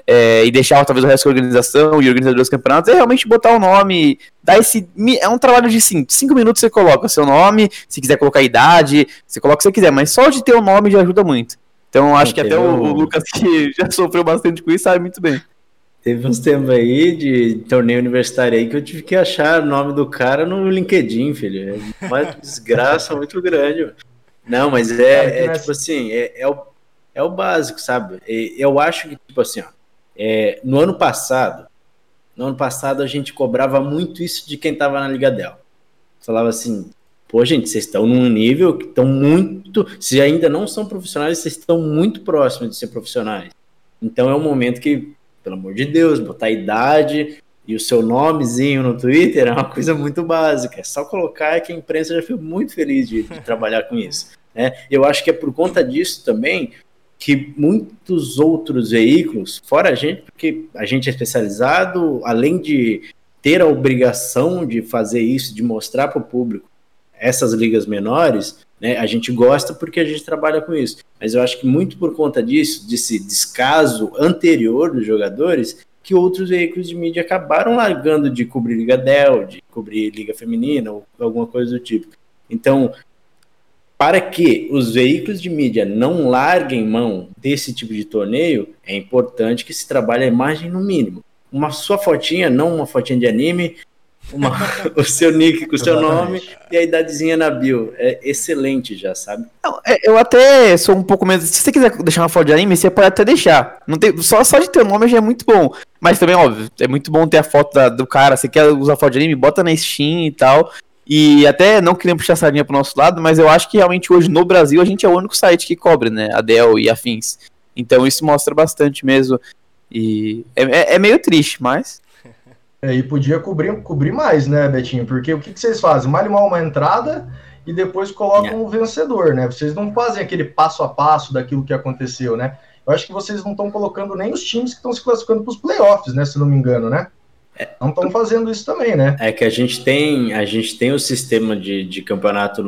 e deixar talvez o resto da organização e organizador dos campeonatos, é realmente botar o nome, dar é um trabalho de 5 minutos você coloca seu nome, se quiser colocar a idade, você coloca o que você quiser, mas só de ter o nome já ajuda muito. Então acho que até o Lucas, que já sofreu bastante com isso, sabe muito bem. Teve uns tempos aí de torneio universitário aí que eu tive que achar o nome do cara no LinkedIn, filho. É uma desgraça muito grande. Não, mas tipo assim, é o básico, sabe? Eu acho que, tipo assim, ó, no ano passado a gente cobrava muito isso de quem tava na Liga Dell. Falava assim, pô, gente, vocês estão num nível que estão muito... Se ainda não são profissionais, vocês estão muito próximos de ser profissionais. Então é um momento que, pelo amor de Deus, botar a idade e o seu nomezinho no Twitter é uma coisa muito básica. É só colocar que a imprensa já ficou muito feliz de trabalhar com isso. Né? Eu acho que é por conta disso também que muitos outros veículos, fora a gente, porque a gente é especializado, além de ter a obrigação de fazer isso, de mostrar para o público essas ligas menores, né, a gente gosta porque a gente trabalha com isso. Mas eu acho que muito por conta disso, desse descaso anterior dos jogadores, que outros veículos de mídia acabaram largando de cobrir Liga Dell, de cobrir Liga Feminina ou alguma coisa do tipo. Então, para que os veículos de mídia não larguem mão desse tipo de torneio, é importante que se trabalhe a imagem no mínimo. Uma sua fotinha, não uma fotinha de anime, o seu nick com o seu nome e a idadezinha na bio. É excelente já, sabe? Não, eu até sou um pouco menos... Se você quiser deixar uma foto de anime, você pode até deixar. Não tem, só de ter o nome já é muito bom. Mas também, óbvio, é muito bom ter a foto do cara. Você quer usar foto de anime, bota na Steam e tal. E até não queria puxar a sardinha pro nosso lado, mas eu acho que realmente hoje no Brasil a gente é o único site que cobre, né? A Dell e afins. Então isso mostra bastante mesmo. E é meio triste, mas... E podia cobrir mais, né, Betinho? Porque o que vocês fazem? Mal uma entrada e depois colocam o vencedor, né? Vocês não fazem aquele passo a passo daquilo que aconteceu, né? Eu acho que vocês não estão colocando nem os times que estão se classificando para os playoffs, né? Se não me engano, né? Não estão fazendo isso também, né? É que a gente tem o sistema de campeonato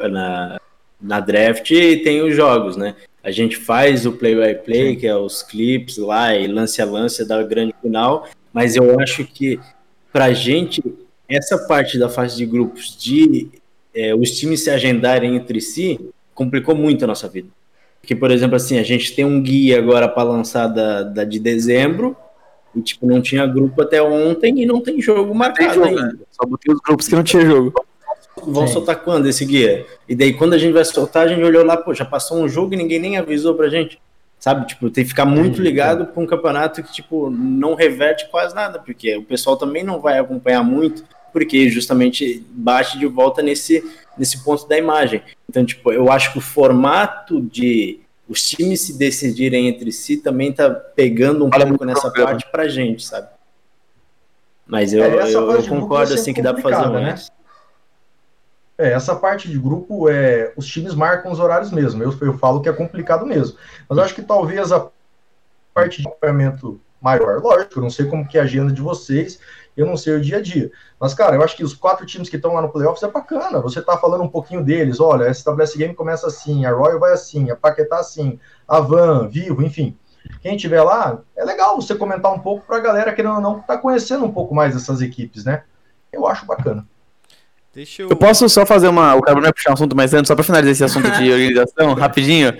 na draft e tem os jogos, né? A gente faz o play-by-play, que é os clips lá e lance a lance da grande final, mas eu acho que pra gente, essa parte da fase de grupos os times se agendarem entre si, complicou muito a nossa vida. Porque, por exemplo, assim, a gente tem um guia agora para lançar da de dezembro, e tipo, não tinha grupo até ontem e não tem jogo marcado ainda. Né? Só botei os grupos que não tinha jogo. Vão soltar quando esse guia? E daí quando a gente vai soltar, a gente olhou lá, pô, já passou um jogo e ninguém nem avisou pra gente. Sabe, tipo, tem que ficar muito ligado pra um campeonato que, tipo, não reverte quase nada, porque o pessoal também não vai acompanhar muito, porque justamente bate de volta nesse ponto da imagem. Então, tipo, eu acho que o formato de os times se decidirem entre si também tá pegando um pouco nessa parte pra gente, sabe? Mas eu concordo, assim, que dá pra fazer mais. Né? Essa parte de grupo, os times marcam os horários mesmo. Eu falo que é complicado mesmo. Mas eu acho que talvez a parte de acompanhamento maior, lógico, eu não sei como que é a agenda de vocês, eu não sei o dia a dia. Mas, cara, eu acho que os 4 times que estão lá no playoffs é bacana. Você tá falando um pouquinho deles, olha, a SWS Game começa assim, a Royal vai assim, a Paquetá assim, a Van, Vivo, enfim. Quem tiver lá, é legal você comentar um pouco pra galera que não tá conhecendo um pouco mais dessas equipes, né? Eu acho bacana. Eu posso só fazer o Carbono vai puxar um assunto mais antes, só pra finalizar esse assunto de organização, rapidinho.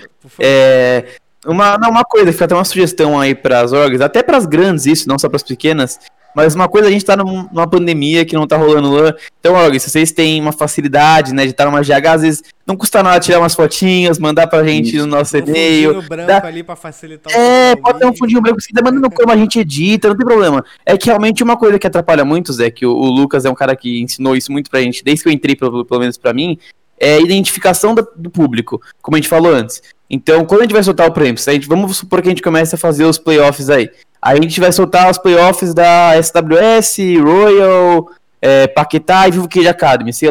Uma coisa, fica até uma sugestão aí pras orgs, até pras grandes isso, não só pras pequenas, mas uma coisa, a gente tá numa pandemia que não tá rolando lá, então, orgs, se vocês têm uma facilidade, né, de estar numa GH, às vezes não custa nada tirar umas fotinhas, mandar pra gente no nosso e-mail. Um fundinho branco ali pra facilitar pode ter um fundinho branco, se tá mandando como a gente edita, não tem problema. É que realmente uma coisa que atrapalha muito, Zé, que o Lucas é um cara que ensinou isso muito pra gente, desde que eu entrei, pelo menos pra mim, é a identificação do público, como a gente falou antes. Então, quando a gente vai soltar o prêmio, vamos supor que a gente comece a fazer os playoffs aí. Aí a gente vai soltar os playoffs da SWS, Royal, Paquetá e Vivo Cage Academy, sei lá.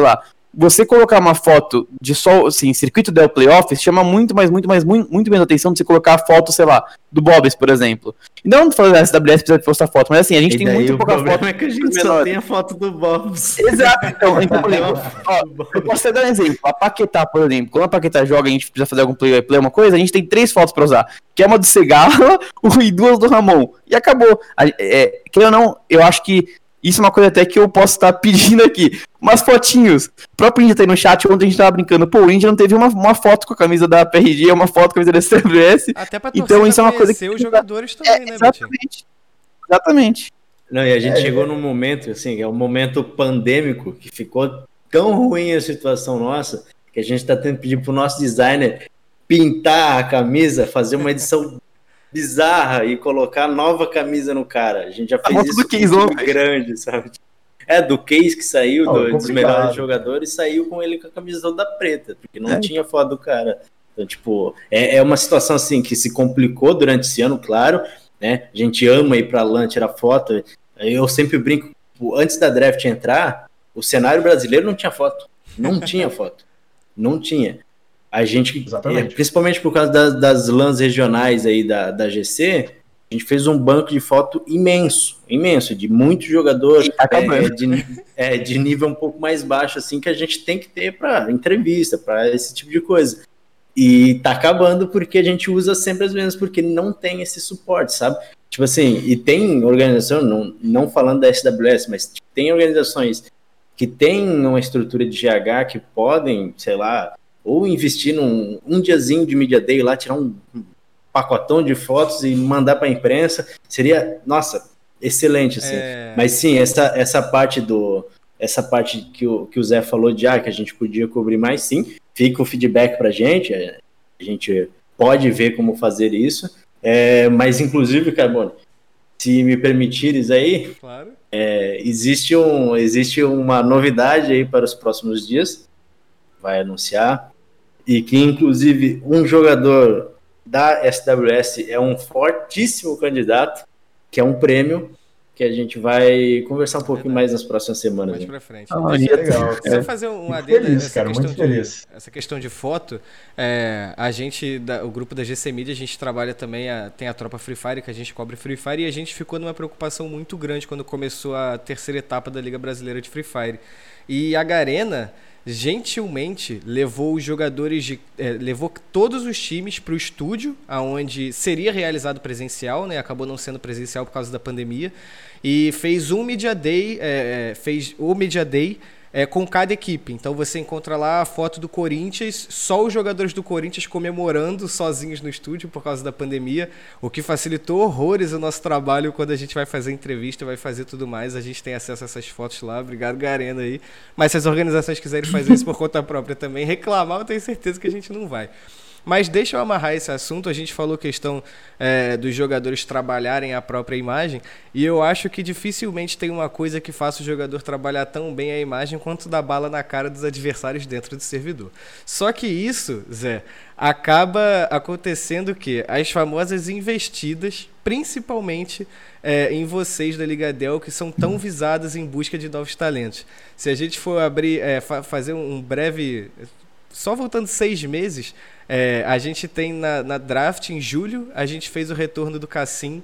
você colocar uma foto de só, assim, circuito Dell Playoffs chama muito menos atenção de você colocar a foto, sei lá, do Bobs, por exemplo. E não falando da SWS precisa postar foto, mas assim, a gente tem muito pouca foto. O problema é que a gente só tem a foto do Bobs. Exato, então por exemplo, eu posso até dar um exemplo. A Paquetá, por exemplo, quando a Paquetá joga e a gente precisa fazer algum play uma coisa, a gente tem 3 fotos pra usar, que é uma do Segala e 2 do Ramon. E acabou. Querendo ou não, eu acho que isso é uma coisa até que eu posso estar pedindo aqui. Umas fotinhos. O próprio Índia tá aí no chat, ontem a gente tava brincando. Pô, o Índia não teve uma foto com a camisa da PRG, uma foto com a camisa da SWS. Até pra então isso é uma coisa que os jogadores também, né, Exatamente. Não, e a gente chegou num momento, assim, é um momento pandêmico, que ficou tão ruim a situação nossa, que a gente tá tendo que pedir pro nosso designer pintar a camisa, fazer uma edição bizarra e colocar nova camisa no cara. A gente já fez isso com um time grande, sabe? Do Case que saiu, dos melhores jogadores, saiu com ele com a camisa toda preta, porque não tinha foto do cara. Então, tipo, é uma situação assim que se complicou durante esse ano, claro, né? A gente ama ir pra LAN, tirar foto. Eu sempre brinco, antes da draft entrar, o cenário brasileiro não tinha foto. Não tinha foto. Não tinha. A gente, principalmente por causa das LANs regionais aí da GC, a gente fez um banco de foto imenso, de muito jogador de nível um pouco mais baixo, assim, que a gente tem que ter para entrevista, para esse tipo de coisa. E tá acabando porque a gente usa sempre as mesmas, porque não tem esse suporte, sabe? Tipo assim, e tem organização, não falando da SWS, mas tem organizações que têm uma estrutura de GH que podem, sei lá, ou investir um diazinho de Media Day lá, tirar um pacotão de fotos e mandar para a imprensa, seria, nossa, excelente, assim. Mas sim, essa parte que o Zé falou de que a gente podia cobrir mais, sim, fica o feedback pra gente, a gente pode ver como fazer isso, mas inclusive, Carbone, se me permitires aí, claro. Existe uma novidade aí para os próximos dias, vai anunciar, e que inclusive um jogador da SWS é um fortíssimo candidato, que é um prêmio que a gente vai conversar um pouquinho mais nas próximas semanas. Mais pra frente. Legal. Só fazer um adendo essa questão de foto. A gente, o grupo da GC Media, a gente trabalha também, tem a tropa Free Fire, que a gente cobre Free Fire, e a gente ficou numa preocupação muito grande quando começou a terceira etapa da Liga Brasileira de Free Fire. E a Garena gentilmente levou os jogadores levou todos os times para o estúdio, aonde seria realizado presencial, né? Acabou não sendo presencial por causa da pandemia, e fez um Media Day, fez o Media Day com cada equipe. Então você encontra lá a foto do Corinthians, só os jogadores do Corinthians comemorando sozinhos no estúdio por causa da pandemia, o que facilitou horrores o nosso trabalho quando a gente vai fazer entrevista, vai fazer tudo mais. A gente tem acesso a essas fotos lá. Obrigado, Garena, aí. Mas se as organizações quiserem fazer isso por conta própria também, reclamar, eu tenho certeza que a gente não vai. Mas deixa eu amarrar esse assunto. A gente falou questão dos jogadores trabalharem a própria imagem, e eu acho que dificilmente tem uma coisa que faça o jogador trabalhar tão bem a imagem quanto dar bala na cara dos adversários dentro do servidor. Só que isso, Zé, acaba acontecendo que as famosas investidas, principalmente em vocês da Liga Dell, que são tão visadas em busca de novos talentos. Se a gente for abrir, fazer um breve... Só voltando 6 meses, a gente tem na draft, em julho, a gente fez o retorno do Cassim,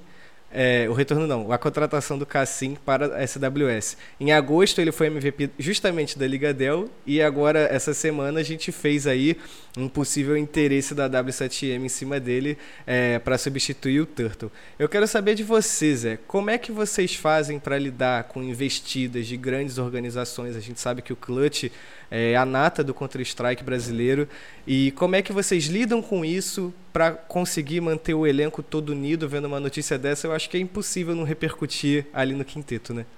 a contratação do Cassim para a SWS. Em agosto ele foi MVP justamente da Liga Dell, e agora, essa semana, a gente fez aí um possível interesse da W7M em cima dele para substituir o Turtle. Eu quero saber de vocês, como é que vocês fazem para lidar com investidas de grandes organizações? A gente sabe que o Clutch é a nata do Counter-Strike brasileiro, e como é que vocês lidam com isso para conseguir manter o elenco todo unido? Vendo uma notícia dessa, eu acho que é impossível não repercutir ali no quinteto, né?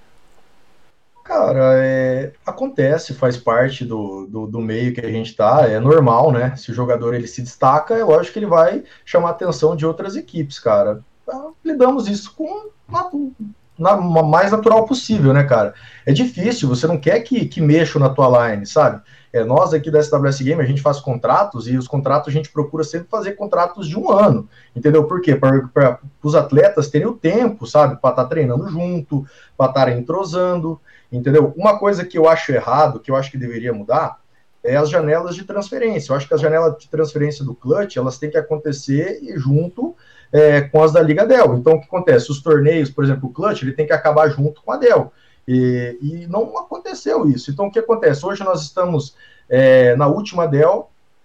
Cara, acontece, faz parte do meio que a gente tá, é normal, né? Se o jogador ele se destaca, é lógico que ele vai chamar a atenção de outras equipes, cara. Lidamos isso com mais natural possível, né, cara? É difícil, você não quer que mexa na tua line, sabe? Nós aqui da SWS Game, a gente faz contratos, e os contratos a gente procura sempre fazer contratos de 1 ano, entendeu? Por quê? Para os atletas terem o tempo, sabe? Para estar treinando junto, para estarem entrosando, entendeu? Uma coisa que eu acho errado, que eu acho que deveria mudar, as janelas de transferência. Eu acho que as janelas de transferência do Clutch, elas têm que acontecer junto com as da Liga Dell. Então, o que acontece? Os torneios, por exemplo, o Clutch, ele tem que acabar junto com a Dell. E não aconteceu isso. Então, o que acontece? Hoje nós estamos na última Dell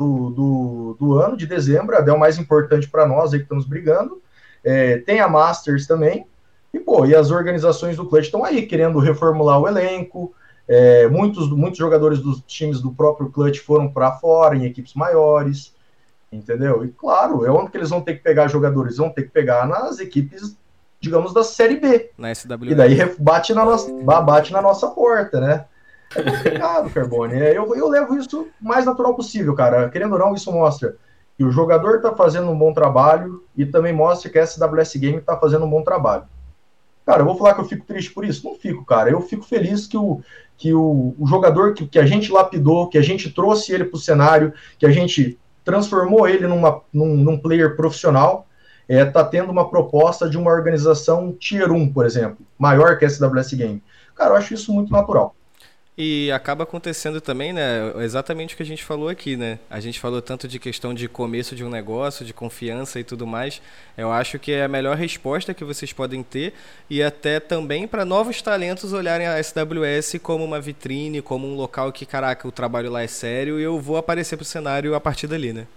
do ano, de dezembro, a Dell mais importante para nós, aí que estamos brigando. Tem a Masters também. E as organizações do Clutch estão aí, querendo reformular o elenco. Muitos jogadores dos times do próprio Clutch foram para fora, em equipes maiores, entendeu? E claro, onde que eles vão ter que pegar jogadores? Vão ter que pegar nas equipes, digamos, da Série B. Na SWS. E daí bate na nossa porta, né? É complicado, Carbone. Eu levo isso o mais natural possível, cara. Querendo ou não, isso mostra que o jogador está fazendo um bom trabalho e também mostra que a SWS Game está fazendo um bom trabalho. Cara, eu vou falar que eu fico triste por isso? Não fico, cara. Eu fico feliz que o jogador que a gente lapidou, que a gente trouxe ele para o cenário, que a gente transformou ele num player profissional, tá tendo uma proposta de uma organização Tier 1, por exemplo, maior que a SWS Game. Cara, eu acho isso muito natural. E acaba acontecendo também, né, exatamente o que a gente falou aqui, né? A gente falou tanto de questão de começo de um negócio, de confiança e tudo mais. Eu acho que é a melhor resposta que vocês podem ter e até também para novos talentos olharem a SWS como uma vitrine, como um local que, caraca, o trabalho lá é sério e eu vou aparecer pro cenário a partir dali, né?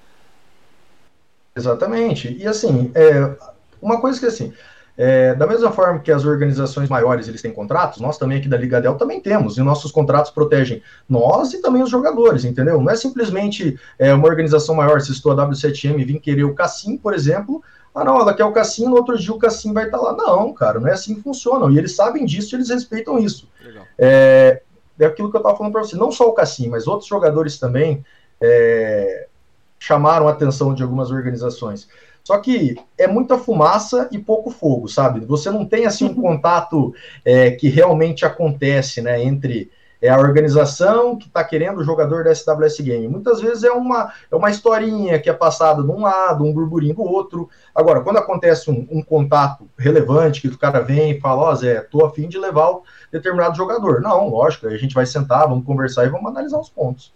Exatamente. E assim, uma coisa que assim... da mesma forma que as organizações maiores eles têm contratos, nós também aqui da Liga Dell também temos, e nossos contratos protegem nós e também os jogadores, entendeu? Não é simplesmente uma organização maior, se estou a W7M vir querer o Cassim, por exemplo, não, ela quer o Cassim, no outro dia o Cassim vai estar lá. Não, cara, não é assim que funciona, e eles sabem disso, eles respeitam isso. Legal. É aquilo que eu estava falando para você, não só o Cassim, mas outros jogadores também chamaram a atenção de algumas organizações. Só que é muita fumaça e pouco fogo, sabe? Você não tem assim um contato que realmente acontece, né, entre a organização que está querendo o jogador da SWS Game. Muitas vezes é uma historinha que é passada de um lado, um burburinho do outro. Agora, quando acontece um contato relevante, que o cara vem e fala, Zé, tô a fim de levar o determinado jogador. Não, lógico, a gente vai sentar, vamos conversar e vamos analisar os pontos.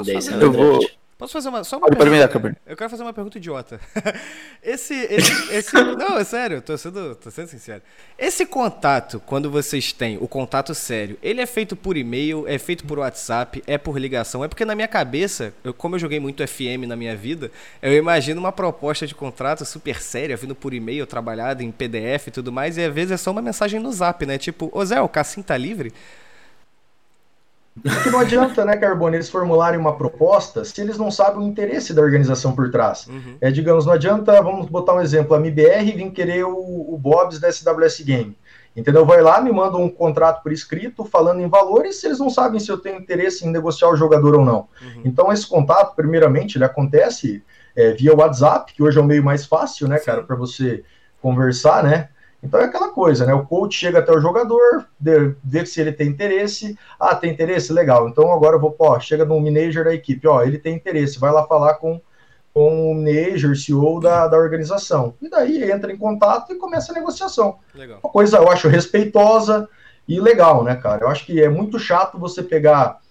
Posso fazer só uma pergunta? Eu quero fazer uma pergunta idiota. Não, é sério, tô sendo sincero. Esse contato, quando vocês têm o contato sério, ele é feito por e-mail, é feito por WhatsApp, é por ligação? É porque na minha cabeça, como eu joguei muito FM na minha vida, eu imagino uma proposta de contrato super séria, vindo por e-mail, trabalhada em PDF e tudo mais, e às vezes é só uma mensagem no Zap, né? Tipo, Zé, o Cassim tá livre? Porque não adianta, né, Carbone, eles formularem uma proposta se eles não sabem o interesse da organização por trás. Uhum. Digamos, não adianta, vamos botar um exemplo, a MBR vir querer o Bobs da SWS Game. Entendeu? Vai lá, me manda um contrato por escrito, falando em valores, se eles não sabem se eu tenho interesse em negociar o jogador ou não. Uhum. Então, esse contato, primeiramente, ele acontece via WhatsApp, que hoje é o meio mais fácil, né, cara, para você conversar, né? Então é aquela coisa, né? O coach chega até o jogador, vê se ele tem interesse. Tem interesse? Legal. Então agora eu vou, chega no manager da equipe, ele tem interesse, vai lá falar com o manager, CEO da organização. E daí entra em contato e começa a negociação. Legal. Uma coisa, eu acho, respeitosa e legal, né, cara? Eu acho que é muito chato você pegar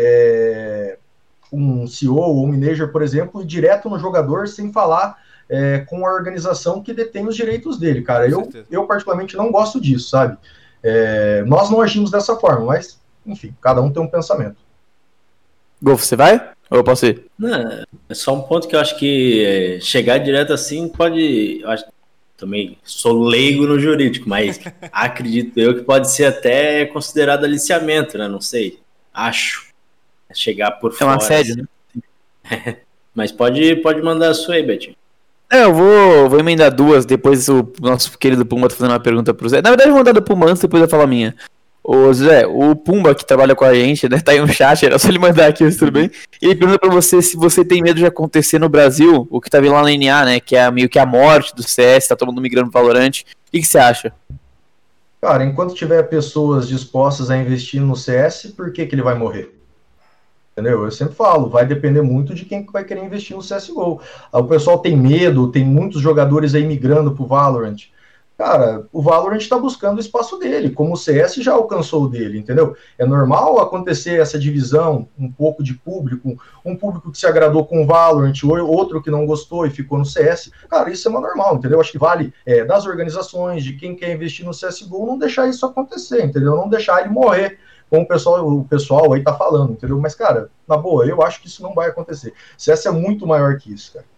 um CEO ou um manager, por exemplo, e ir direto no jogador sem falar com a organização que detém os direitos dele, cara. Eu particularmente não gosto disso, sabe? Nós não agimos dessa forma, mas, enfim, cada um tem um pensamento. Golfo, você vai? Ou eu posso ir? Não, é só um ponto que eu acho que chegar direto assim pode... Eu acho, também sou leigo no jurídico, mas acredito eu que pode ser até considerado aliciamento, né? Não sei. Acho. Chegar por fora. É um assédio, né? Mas pode mandar a sua aí, Betinho. Eu vou emendar duas, depois o nosso querido Pumba tá fazendo uma pergunta pro Zé. Na verdade, eu vou mandar do Pumba antes, depois eu falo a minha. Ô Zé, o Pumba que trabalha com a gente, né, tá aí no chat, era só ele mandar aqui, tudo bem? E ele pergunta pra você se você tem medo de acontecer no Brasil, o que tá vindo lá na NA, né, que é meio que a morte do CS, tá todo mundo migrando pro Valorant. O que você acha? Cara, enquanto tiver pessoas dispostas a investir no CS, por que ele vai morrer? Entendeu? Eu sempre falo, vai depender muito de quem vai querer investir no CSGO. O pessoal tem medo, tem muitos jogadores aí migrando pro Valorant. cara, o Valorant está buscando o espaço dele, como o CS já alcançou o dele, entendeu? É normal acontecer essa divisão, um pouco de público, um público que se agradou com o Valorant, outro que não gostou e ficou no CS. Cara, isso é uma normal, entendeu? Acho que vale das organizações, de quem quer investir no CSGO, não deixar isso acontecer, entendeu? Não deixar ele morrer, como o pessoal aí tá falando, entendeu? Mas, cara, na boa, eu acho que isso não vai acontecer. CS é muito maior que isso, cara.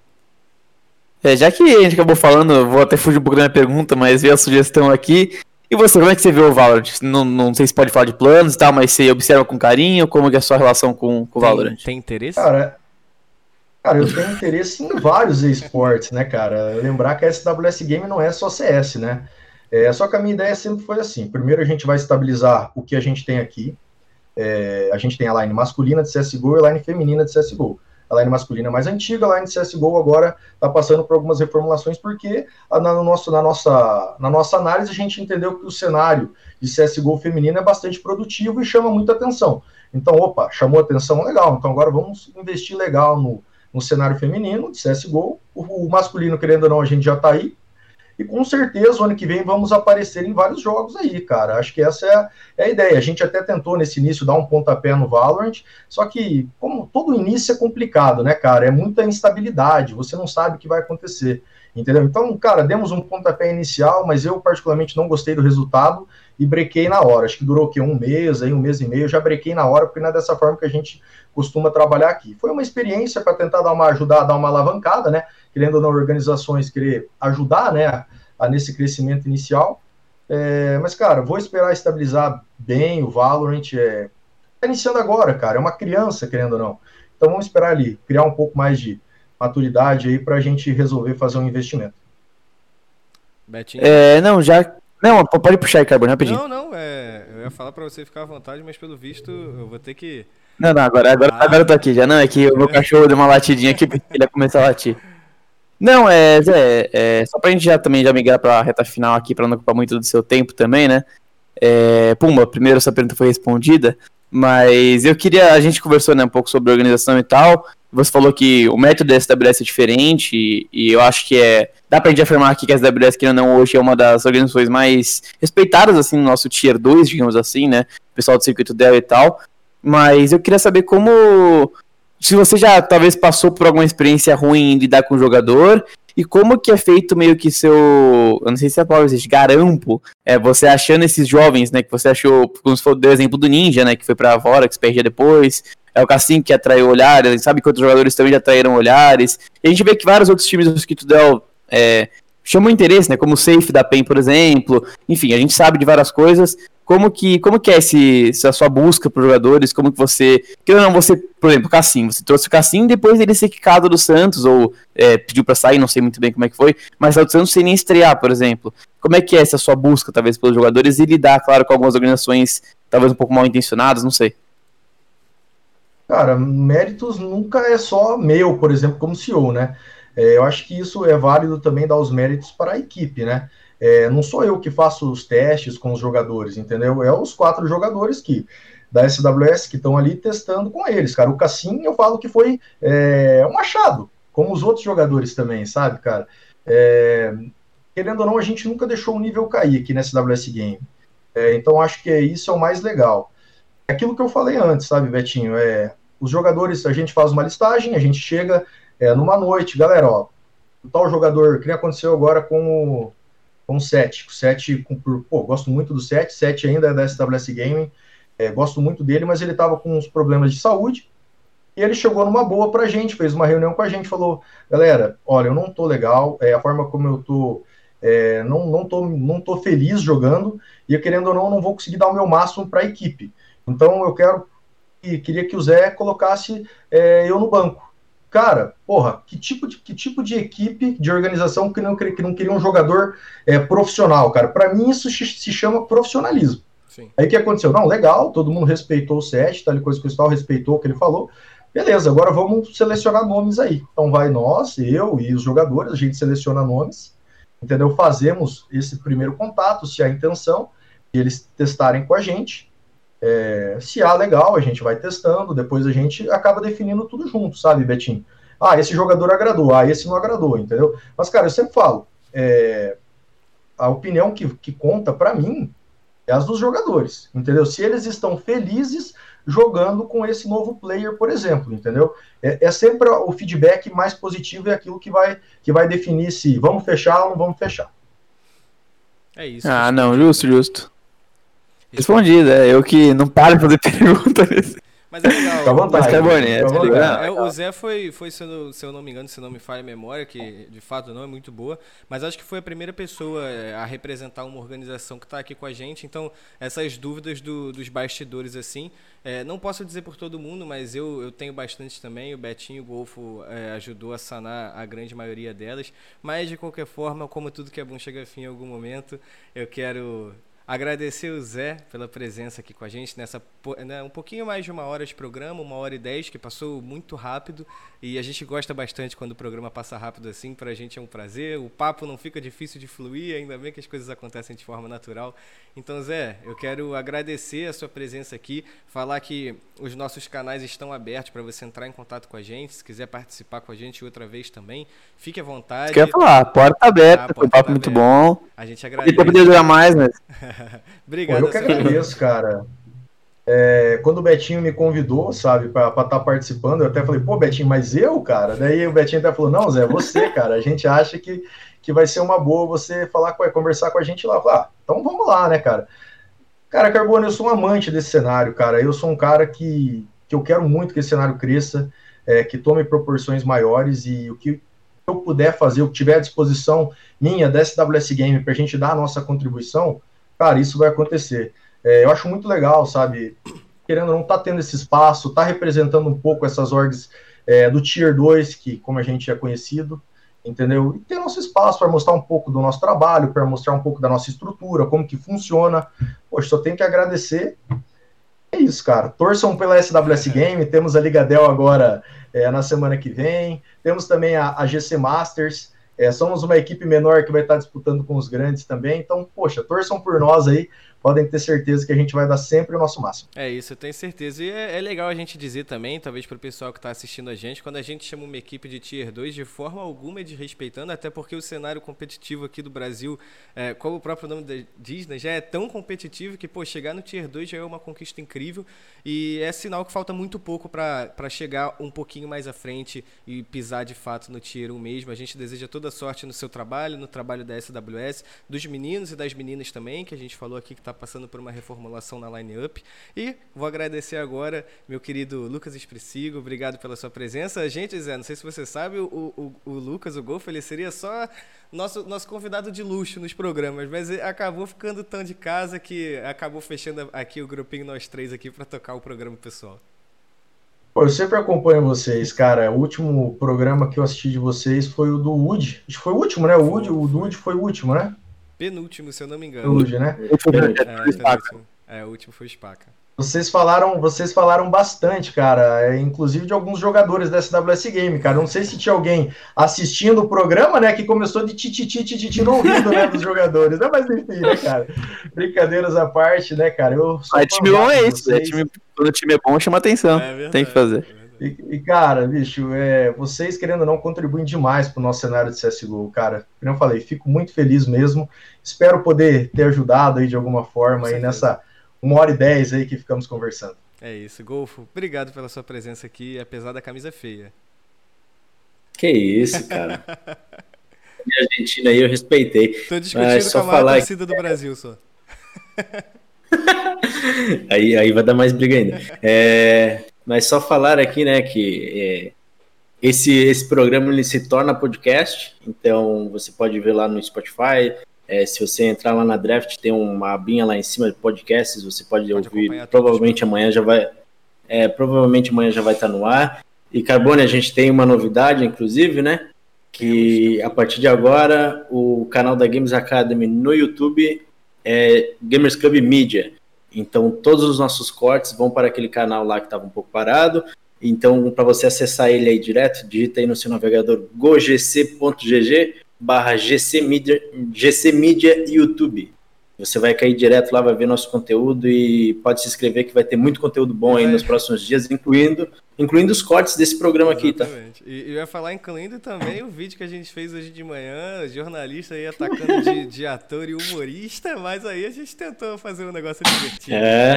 Já que a gente acabou falando, eu vou até fugir um pouco da minha pergunta, mas veio a sugestão aqui. E você, como é que você vê o Valorant? Não sei se pode falar de planos e tal, mas você observa com carinho, como é a sua relação com o Valorant? Tem interesse? Cara, eu tenho interesse em vários esportes, né, cara? Lembrar que a SWS Game não é só CS, né? Só que a minha ideia sempre foi assim, primeiro a gente vai estabilizar o que a gente tem aqui. A gente tem a line masculina de CSGO e a line feminina de CSGO. A line masculina é mais antiga, a line de CSGO agora está passando por algumas reformulações, porque na nossa análise a gente entendeu que o cenário de CSGO feminino é bastante produtivo e chama muita atenção. Então, chamou atenção, legal. Então agora vamos investir legal no cenário feminino de CSGO. O masculino, querendo ou não, a gente já está aí. E com certeza, o ano que vem, vamos aparecer em vários jogos aí, cara. Acho que essa é a ideia. A gente até tentou, nesse início, dar um pontapé no Valorant, só que, como todo início é complicado, né, cara? É muita instabilidade, você não sabe o que vai acontecer, entendeu? Então, cara, demos um pontapé inicial, mas eu, particularmente, não gostei do resultado e brequei na hora. Acho que durou, um mês e meio, já brequei na hora, porque não é dessa forma que a gente costuma trabalhar aqui. Foi uma experiência para tentar ajudar a dar uma alavancada, né? Querendo ou não, organizações querer ajudar, né, nesse crescimento inicial. Mas, cara, vou esperar estabilizar bem o Valorant. Tá iniciando agora, cara, é uma criança, querendo ou não. Então vamos esperar ali, criar um pouco mais de maturidade aí pra gente resolver fazer um investimento. Betinho? Não, pode puxar aí, Carbono, rapidinho. Eu ia falar pra você ficar à vontade, mas pelo visto eu vou ter que... Não, agora eu tô aqui já. Não, é que o meu cachorro deu uma latidinha aqui, porque ele ia começar a latir. Não, só pra gente já migrar pra reta final aqui, pra não ocupar muito do seu tempo também, né? Pumba, primeiro essa pergunta foi respondida, mas a gente conversou, né, um pouco sobre organização e tal. Você falou que o método da SWS é diferente, e eu acho que dá pra gente afirmar aqui que a SWS, que não hoje, é uma das organizações mais respeitadas, assim, no nosso Tier 2, digamos assim, né? O pessoal do circuito dela e tal. Mas eu queria saber se você já talvez passou por alguma experiência ruim em lidar com o jogador, e como que é feito meio que eu não sei se a palavra existe, garampo, você achando esses jovens, né, que você achou, como se for o exemplo do Ninja, né, que foi pra Vorax, perdia depois, o Cassim que atraiu olhares, a gente sabe que outros jogadores também já atraíram olhares, e a gente vê que vários outros times do Circuito Del chamam interesse, né, como o Safe da PEN, por exemplo, enfim, a gente sabe de várias coisas. Como que é essa sua busca por jogadores? Como que você... por exemplo, o Cassim, você trouxe o Cassim depois dele ser quicado do Santos, ou pediu pra sair, não sei muito bem como é que foi, mas saiu do Santos sem nem estrear, por exemplo. Como é que é essa sua busca, talvez, pelos jogadores e lidar, claro, com algumas organizações talvez um pouco mal intencionadas, não sei. Cara, méritos nunca é só meu, por exemplo, como CEO, né? Eu acho que isso é válido também dar os méritos para a equipe, né? Não sou eu que faço os testes com os jogadores, entendeu? É os 4 jogadores da SWS que estão ali testando com eles, cara. O Cassim, eu falo que foi um achado, como os outros jogadores também, sabe, cara? Querendo ou não, a gente nunca deixou o nível cair aqui na SWS Game. Então, acho que isso é o mais legal. Aquilo que eu falei antes, sabe, Betinho? Os jogadores, a gente faz uma listagem, a gente chega numa noite, galera, ó, o tal jogador, que nem aconteceu agora com o 7. O 7, gosto muito do 7. 7 ainda é da SWS Gaming. Gosto muito dele, mas ele tava com uns problemas de saúde. E ele chegou numa boa pra gente, fez uma reunião com a gente, falou: galera, olha, eu não tô legal, a forma como eu tô, não tô feliz jogando, e querendo ou não vou conseguir dar o meu máximo pra equipe. Então eu queria que o Zé colocasse eu no banco. Cara, que tipo de equipe, de organização que não queria um jogador profissional, cara? Para mim isso se chama profissionalismo. Sim. Aí o que aconteceu? Não, legal, todo mundo respeitou o set, tal coisa que o Cristal respeitou o que ele falou. Beleza, agora vamos selecionar nomes aí. Então vai nós, eu e os jogadores, a gente seleciona nomes, entendeu? Fazemos esse primeiro contato, se há intenção de eles testarem com a gente. Se há legal, a gente vai testando, depois a gente acaba definindo tudo junto, sabe, Betinho? Esse jogador agradou, esse não agradou, entendeu? Mas, cara, eu sempre falo, a opinião que conta para mim é as dos jogadores, entendeu? Se eles estão felizes jogando com esse novo player, por exemplo, entendeu? É sempre o feedback mais positivo, é aquilo que vai definir se vamos fechar ou não vamos fechar. É isso. Ah, não, justo. Respondido, eu que não paro de fazer pergunta nesse. Mas é legal. Fica à vontade. O Zé foi se eu não me engano, se não me falha a memória, que de fato não é muito boa, mas acho que foi a primeira pessoa a representar uma organização que está aqui com a gente. Então, essas dúvidas dos bastidores, assim, não posso dizer por todo mundo, mas eu tenho bastante também. O Betinho e o Golfo ajudou a sanar a grande maioria delas. Mas, de qualquer forma, como tudo que é bom chega a fim em algum momento, eu quero agradecer o Zé pela presença aqui com a gente nessa um pouquinho mais de 1 hora de programa, 1h10, que passou muito rápido, e a gente gosta bastante quando o programa passa rápido assim, pra gente é um prazer, o papo não fica difícil de fluir, ainda bem que as coisas acontecem de forma natural. Então, Zé, eu quero agradecer a sua presença aqui, falar que os nossos canais estão abertos para você entrar em contato com a gente, se quiser participar com a gente outra vez também, fique à vontade. Quer falar, a porta tá aberta, foi um papo muito bom. A gente agradece. Eu poderia durar mais, mas... Obrigado. Eu que agradeço, cara. Quando o Betinho me convidou, sabe, pra estar participando, eu até falei, pô, Betinho, mas eu, cara? Daí o Betinho até falou, não, Zé, você, cara, a gente acha que vai ser uma boa você conversar com a gente lá. Então vamos lá, né, cara? Cara, Carbone, eu sou um amante desse cenário, cara. Eu sou um cara que eu quero muito que esse cenário cresça, que tome proporções maiores, e o que eu puder fazer, o que tiver à disposição minha, da SWS Game, pra gente dar a nossa contribuição, cara, isso vai acontecer. Eu acho muito legal, sabe, querendo ou não, tá tendo esse espaço, tá representando um pouco essas orgs do Tier 2, que como a gente é conhecido, entendeu? E ter nosso espaço para mostrar um pouco do nosso trabalho, para mostrar um pouco da nossa estrutura, como que funciona. Poxa, só tenho que agradecer. É isso, cara. Torçam pela SWS Game, temos a Liga Dell agora na semana que vem, temos também a GC Masters, somos uma equipe menor que vai estar disputando com os grandes também, então, poxa, torçam por nós aí, podem ter certeza que a gente vai dar sempre o nosso máximo. É isso, eu tenho certeza. E é legal a gente dizer também, talvez para o pessoal que está assistindo a gente, quando a gente chama uma equipe de Tier 2, de forma alguma é desrespeitando, até porque o cenário competitivo aqui do Brasil, como o próprio nome diz, né, já é tão competitivo que, pô, chegar no Tier 2 já é uma conquista incrível, e é sinal que falta muito pouco para chegar um pouquinho mais à frente e pisar de fato no Tier 1 mesmo. A gente deseja toda sorte no seu trabalho, no trabalho da SWS, dos meninos e das meninas também, que a gente falou aqui que está passando por uma reformulação na line-up. E vou agradecer agora meu querido Lucas Espressigo, obrigado pela sua presença. Gente, Zé, não sei se você sabe, o Lucas, o Golfo, ele seria só nosso convidado de luxo nos programas, mas acabou ficando tão de casa que acabou fechando aqui o grupinho nós três aqui para tocar o programa pessoal. Pô, eu sempre acompanho vocês, cara. O último programa que eu assisti de vocês foi o do Woody. Acho que foi o último, né? O do Woody foi o último, né? Penúltimo, se eu não me engano. O Woody, né? O último foi o Spaca. Vocês falaram bastante, cara, inclusive de alguns jogadores da SWS Game, cara. Não sei se tinha alguém assistindo o programa, né, que começou de tititi no ouvido, né, dos jogadores. Mas enfim, né, cara? Brincadeiras à parte, né, cara? Time bom é isso, quando o time é bom, chama atenção. Verdade, tem que fazer. E, cara, bicho, vocês, querendo ou não, contribuem demais pro nosso cenário de CSGO, cara. Como eu falei, fico muito feliz mesmo. Espero poder ter ajudado aí de alguma forma aí nessa 1h10 aí que ficamos conversando. É isso, Golfo. Obrigado pela sua presença aqui, apesar da camisa feia. Que isso, cara. A Argentina aí eu respeitei. Tô discutindo com a maior torcida do Brasil só. aí vai dar mais briga ainda. Mas só falar aqui, né, que esse programa ele se torna podcast, então você pode ver lá no Spotify. Se você entrar lá na Draft, tem uma abinha lá em cima de podcasts, você pode ouvir. Provavelmente amanhã já vai estar no ar. E Carbone, a gente tem uma novidade, inclusive, né? Que a partir de agora o canal da Games Academy no YouTube é Gamers Club Media. Então todos os nossos cortes vão para aquele canal lá que estava um pouco parado. Então, para você acessar ele aí direto, digita aí no seu navegador gogc.gg/GC Media YouTube. Você vai cair direto lá, vai ver nosso conteúdo e pode se inscrever que vai ter muito conteúdo bom aí nos próximos dias, incluindo os cortes desse programa aqui, tá? Exatamente. E eu ia falar incluindo também o vídeo que a gente fez hoje de manhã, jornalista aí atacando de ator e humorista, mas aí a gente tentou fazer um negócio divertido.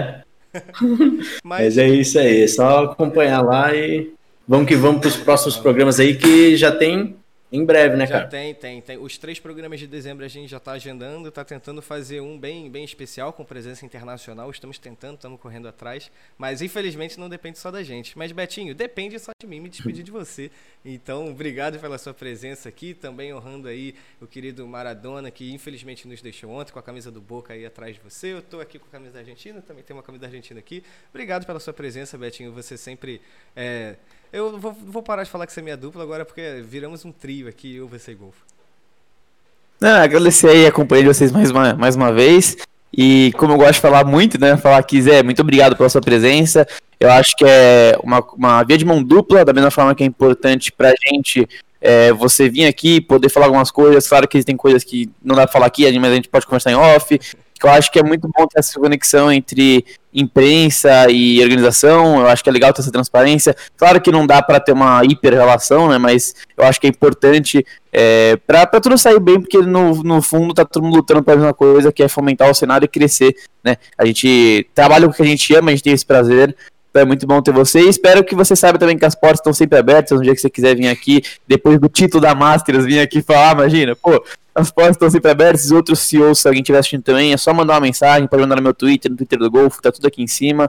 Mas é isso aí, é só acompanhar lá e vamos que vamos para os próximos programas aí que já tem em breve, né, cara? Já tem. Os 3 programas de dezembro a gente já está agendando, está tentando fazer um bem especial com presença internacional. Estamos correndo atrás, mas infelizmente não depende só da gente. Mas, Betinho, depende só de mim me despedir de você. Então, obrigado pela sua presença aqui, também honrando aí o querido Maradona, que infelizmente nos deixou ontem com a camisa do Boca aí atrás de você. Eu estou aqui com a camisa da Argentina, também tem uma camisa da Argentina aqui. Obrigado pela sua presença, Betinho. Você sempre... Eu vou parar de falar que você é minha dupla agora, porque viramos um trio aqui, eu, você e Golfo. Agradecer aí a companhia de vocês mais uma vez. E como eu gosto de falar muito, né? Falar aqui, Zé, muito obrigado pela sua presença. Eu acho que é uma via de mão dupla, da mesma forma que é importante pra gente você vir aqui, poder falar algumas coisas. Claro que tem coisas que não dá pra falar aqui, mas a gente pode conversar em off. Eu acho que é muito bom ter essa conexão entre imprensa e organização. Eu acho que é legal ter essa transparência. Claro que não dá para ter uma hiper-relação, né? Mas eu acho que é importante para tudo sair bem, porque no fundo tá todo mundo lutando pela mesma coisa, que é fomentar o cenário e crescer, né? A gente trabalha com o que a gente ama, a gente tem esse prazer. Então é muito bom ter você. E espero que você saiba também que as portas estão sempre abertas. Um dia que você quiser vir aqui, depois do título da Masters, vir aqui falar, imagina, as portas estão sempre abertas, e outros CEOs, se alguém estiver assistindo também, é só mandar uma mensagem, pode mandar no meu Twitter, no Twitter do Golfo, tá tudo aqui em cima.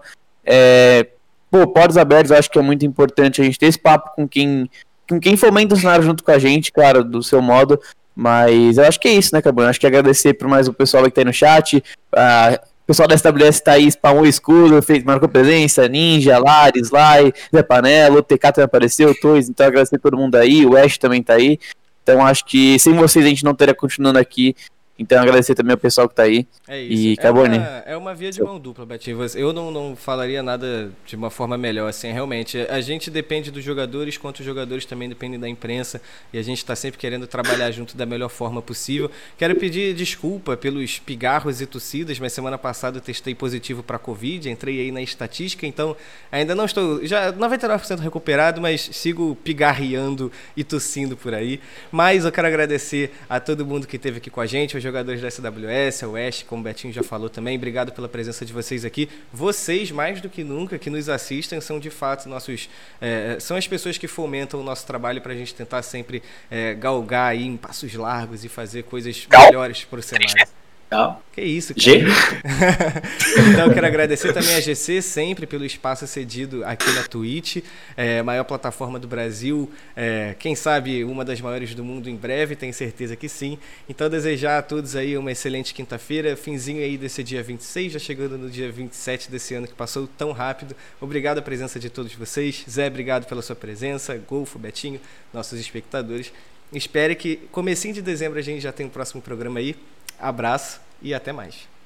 Portas abertas, eu acho que é muito importante a gente ter esse papo com quem fomenta o cenário junto com a gente, cara, do seu modo. Mas eu acho que é isso, né, Cabana? Acho que agradecer por mais o pessoal que tá aí no chat, o pessoal da SWS tá aí, spamou o escudo, marcou presença, Ninja, Lares, Lai, Zé Panela, o TK também apareceu, Toys, então agradecer a todo mundo aí, o Ash também tá aí. Então acho que sem vocês a gente não teria continuando aqui. Então agradecer também ao pessoal que tá aí. É isso. E acabou, né? É uma via de mão dupla, Betinho. Eu não falaria nada de uma forma melhor, assim, realmente. A gente depende dos jogadores, quanto os jogadores também dependem da imprensa, e a gente está sempre querendo trabalhar junto da melhor forma possível. Quero pedir desculpa pelos pigarros e tossidas, mas semana passada eu testei positivo para Covid, entrei aí na estatística, então ainda não estou, já 99% recuperado, mas sigo pigarreando e tossindo por aí. Mas eu quero agradecer a todo mundo que esteve aqui com a gente, os jogadores da SWS, o West, como o Betinho já falou também. Obrigado pela presença de vocês aqui. Vocês, mais do que nunca, que nos assistem, são de fato são as pessoas que fomentam o nosso trabalho para a gente tentar sempre galgar aí em passos largos e fazer coisas melhores para o cenário. Que isso, cara. Então eu quero agradecer também a GC sempre pelo espaço cedido aqui na Twitch, maior plataforma do Brasil, quem sabe uma das maiores do mundo em breve, tenho certeza que sim. Então desejar a todos aí uma excelente quinta-feira, finzinho aí desse dia 26, já chegando no dia 27 desse ano que passou tão rápido. Obrigado a presença de todos vocês. Zé, obrigado pela sua presença, Golfo, Betinho, nossos espectadores. Espere que comecinho de dezembro a gente já tem o próximo programa aí. Abraço e até mais.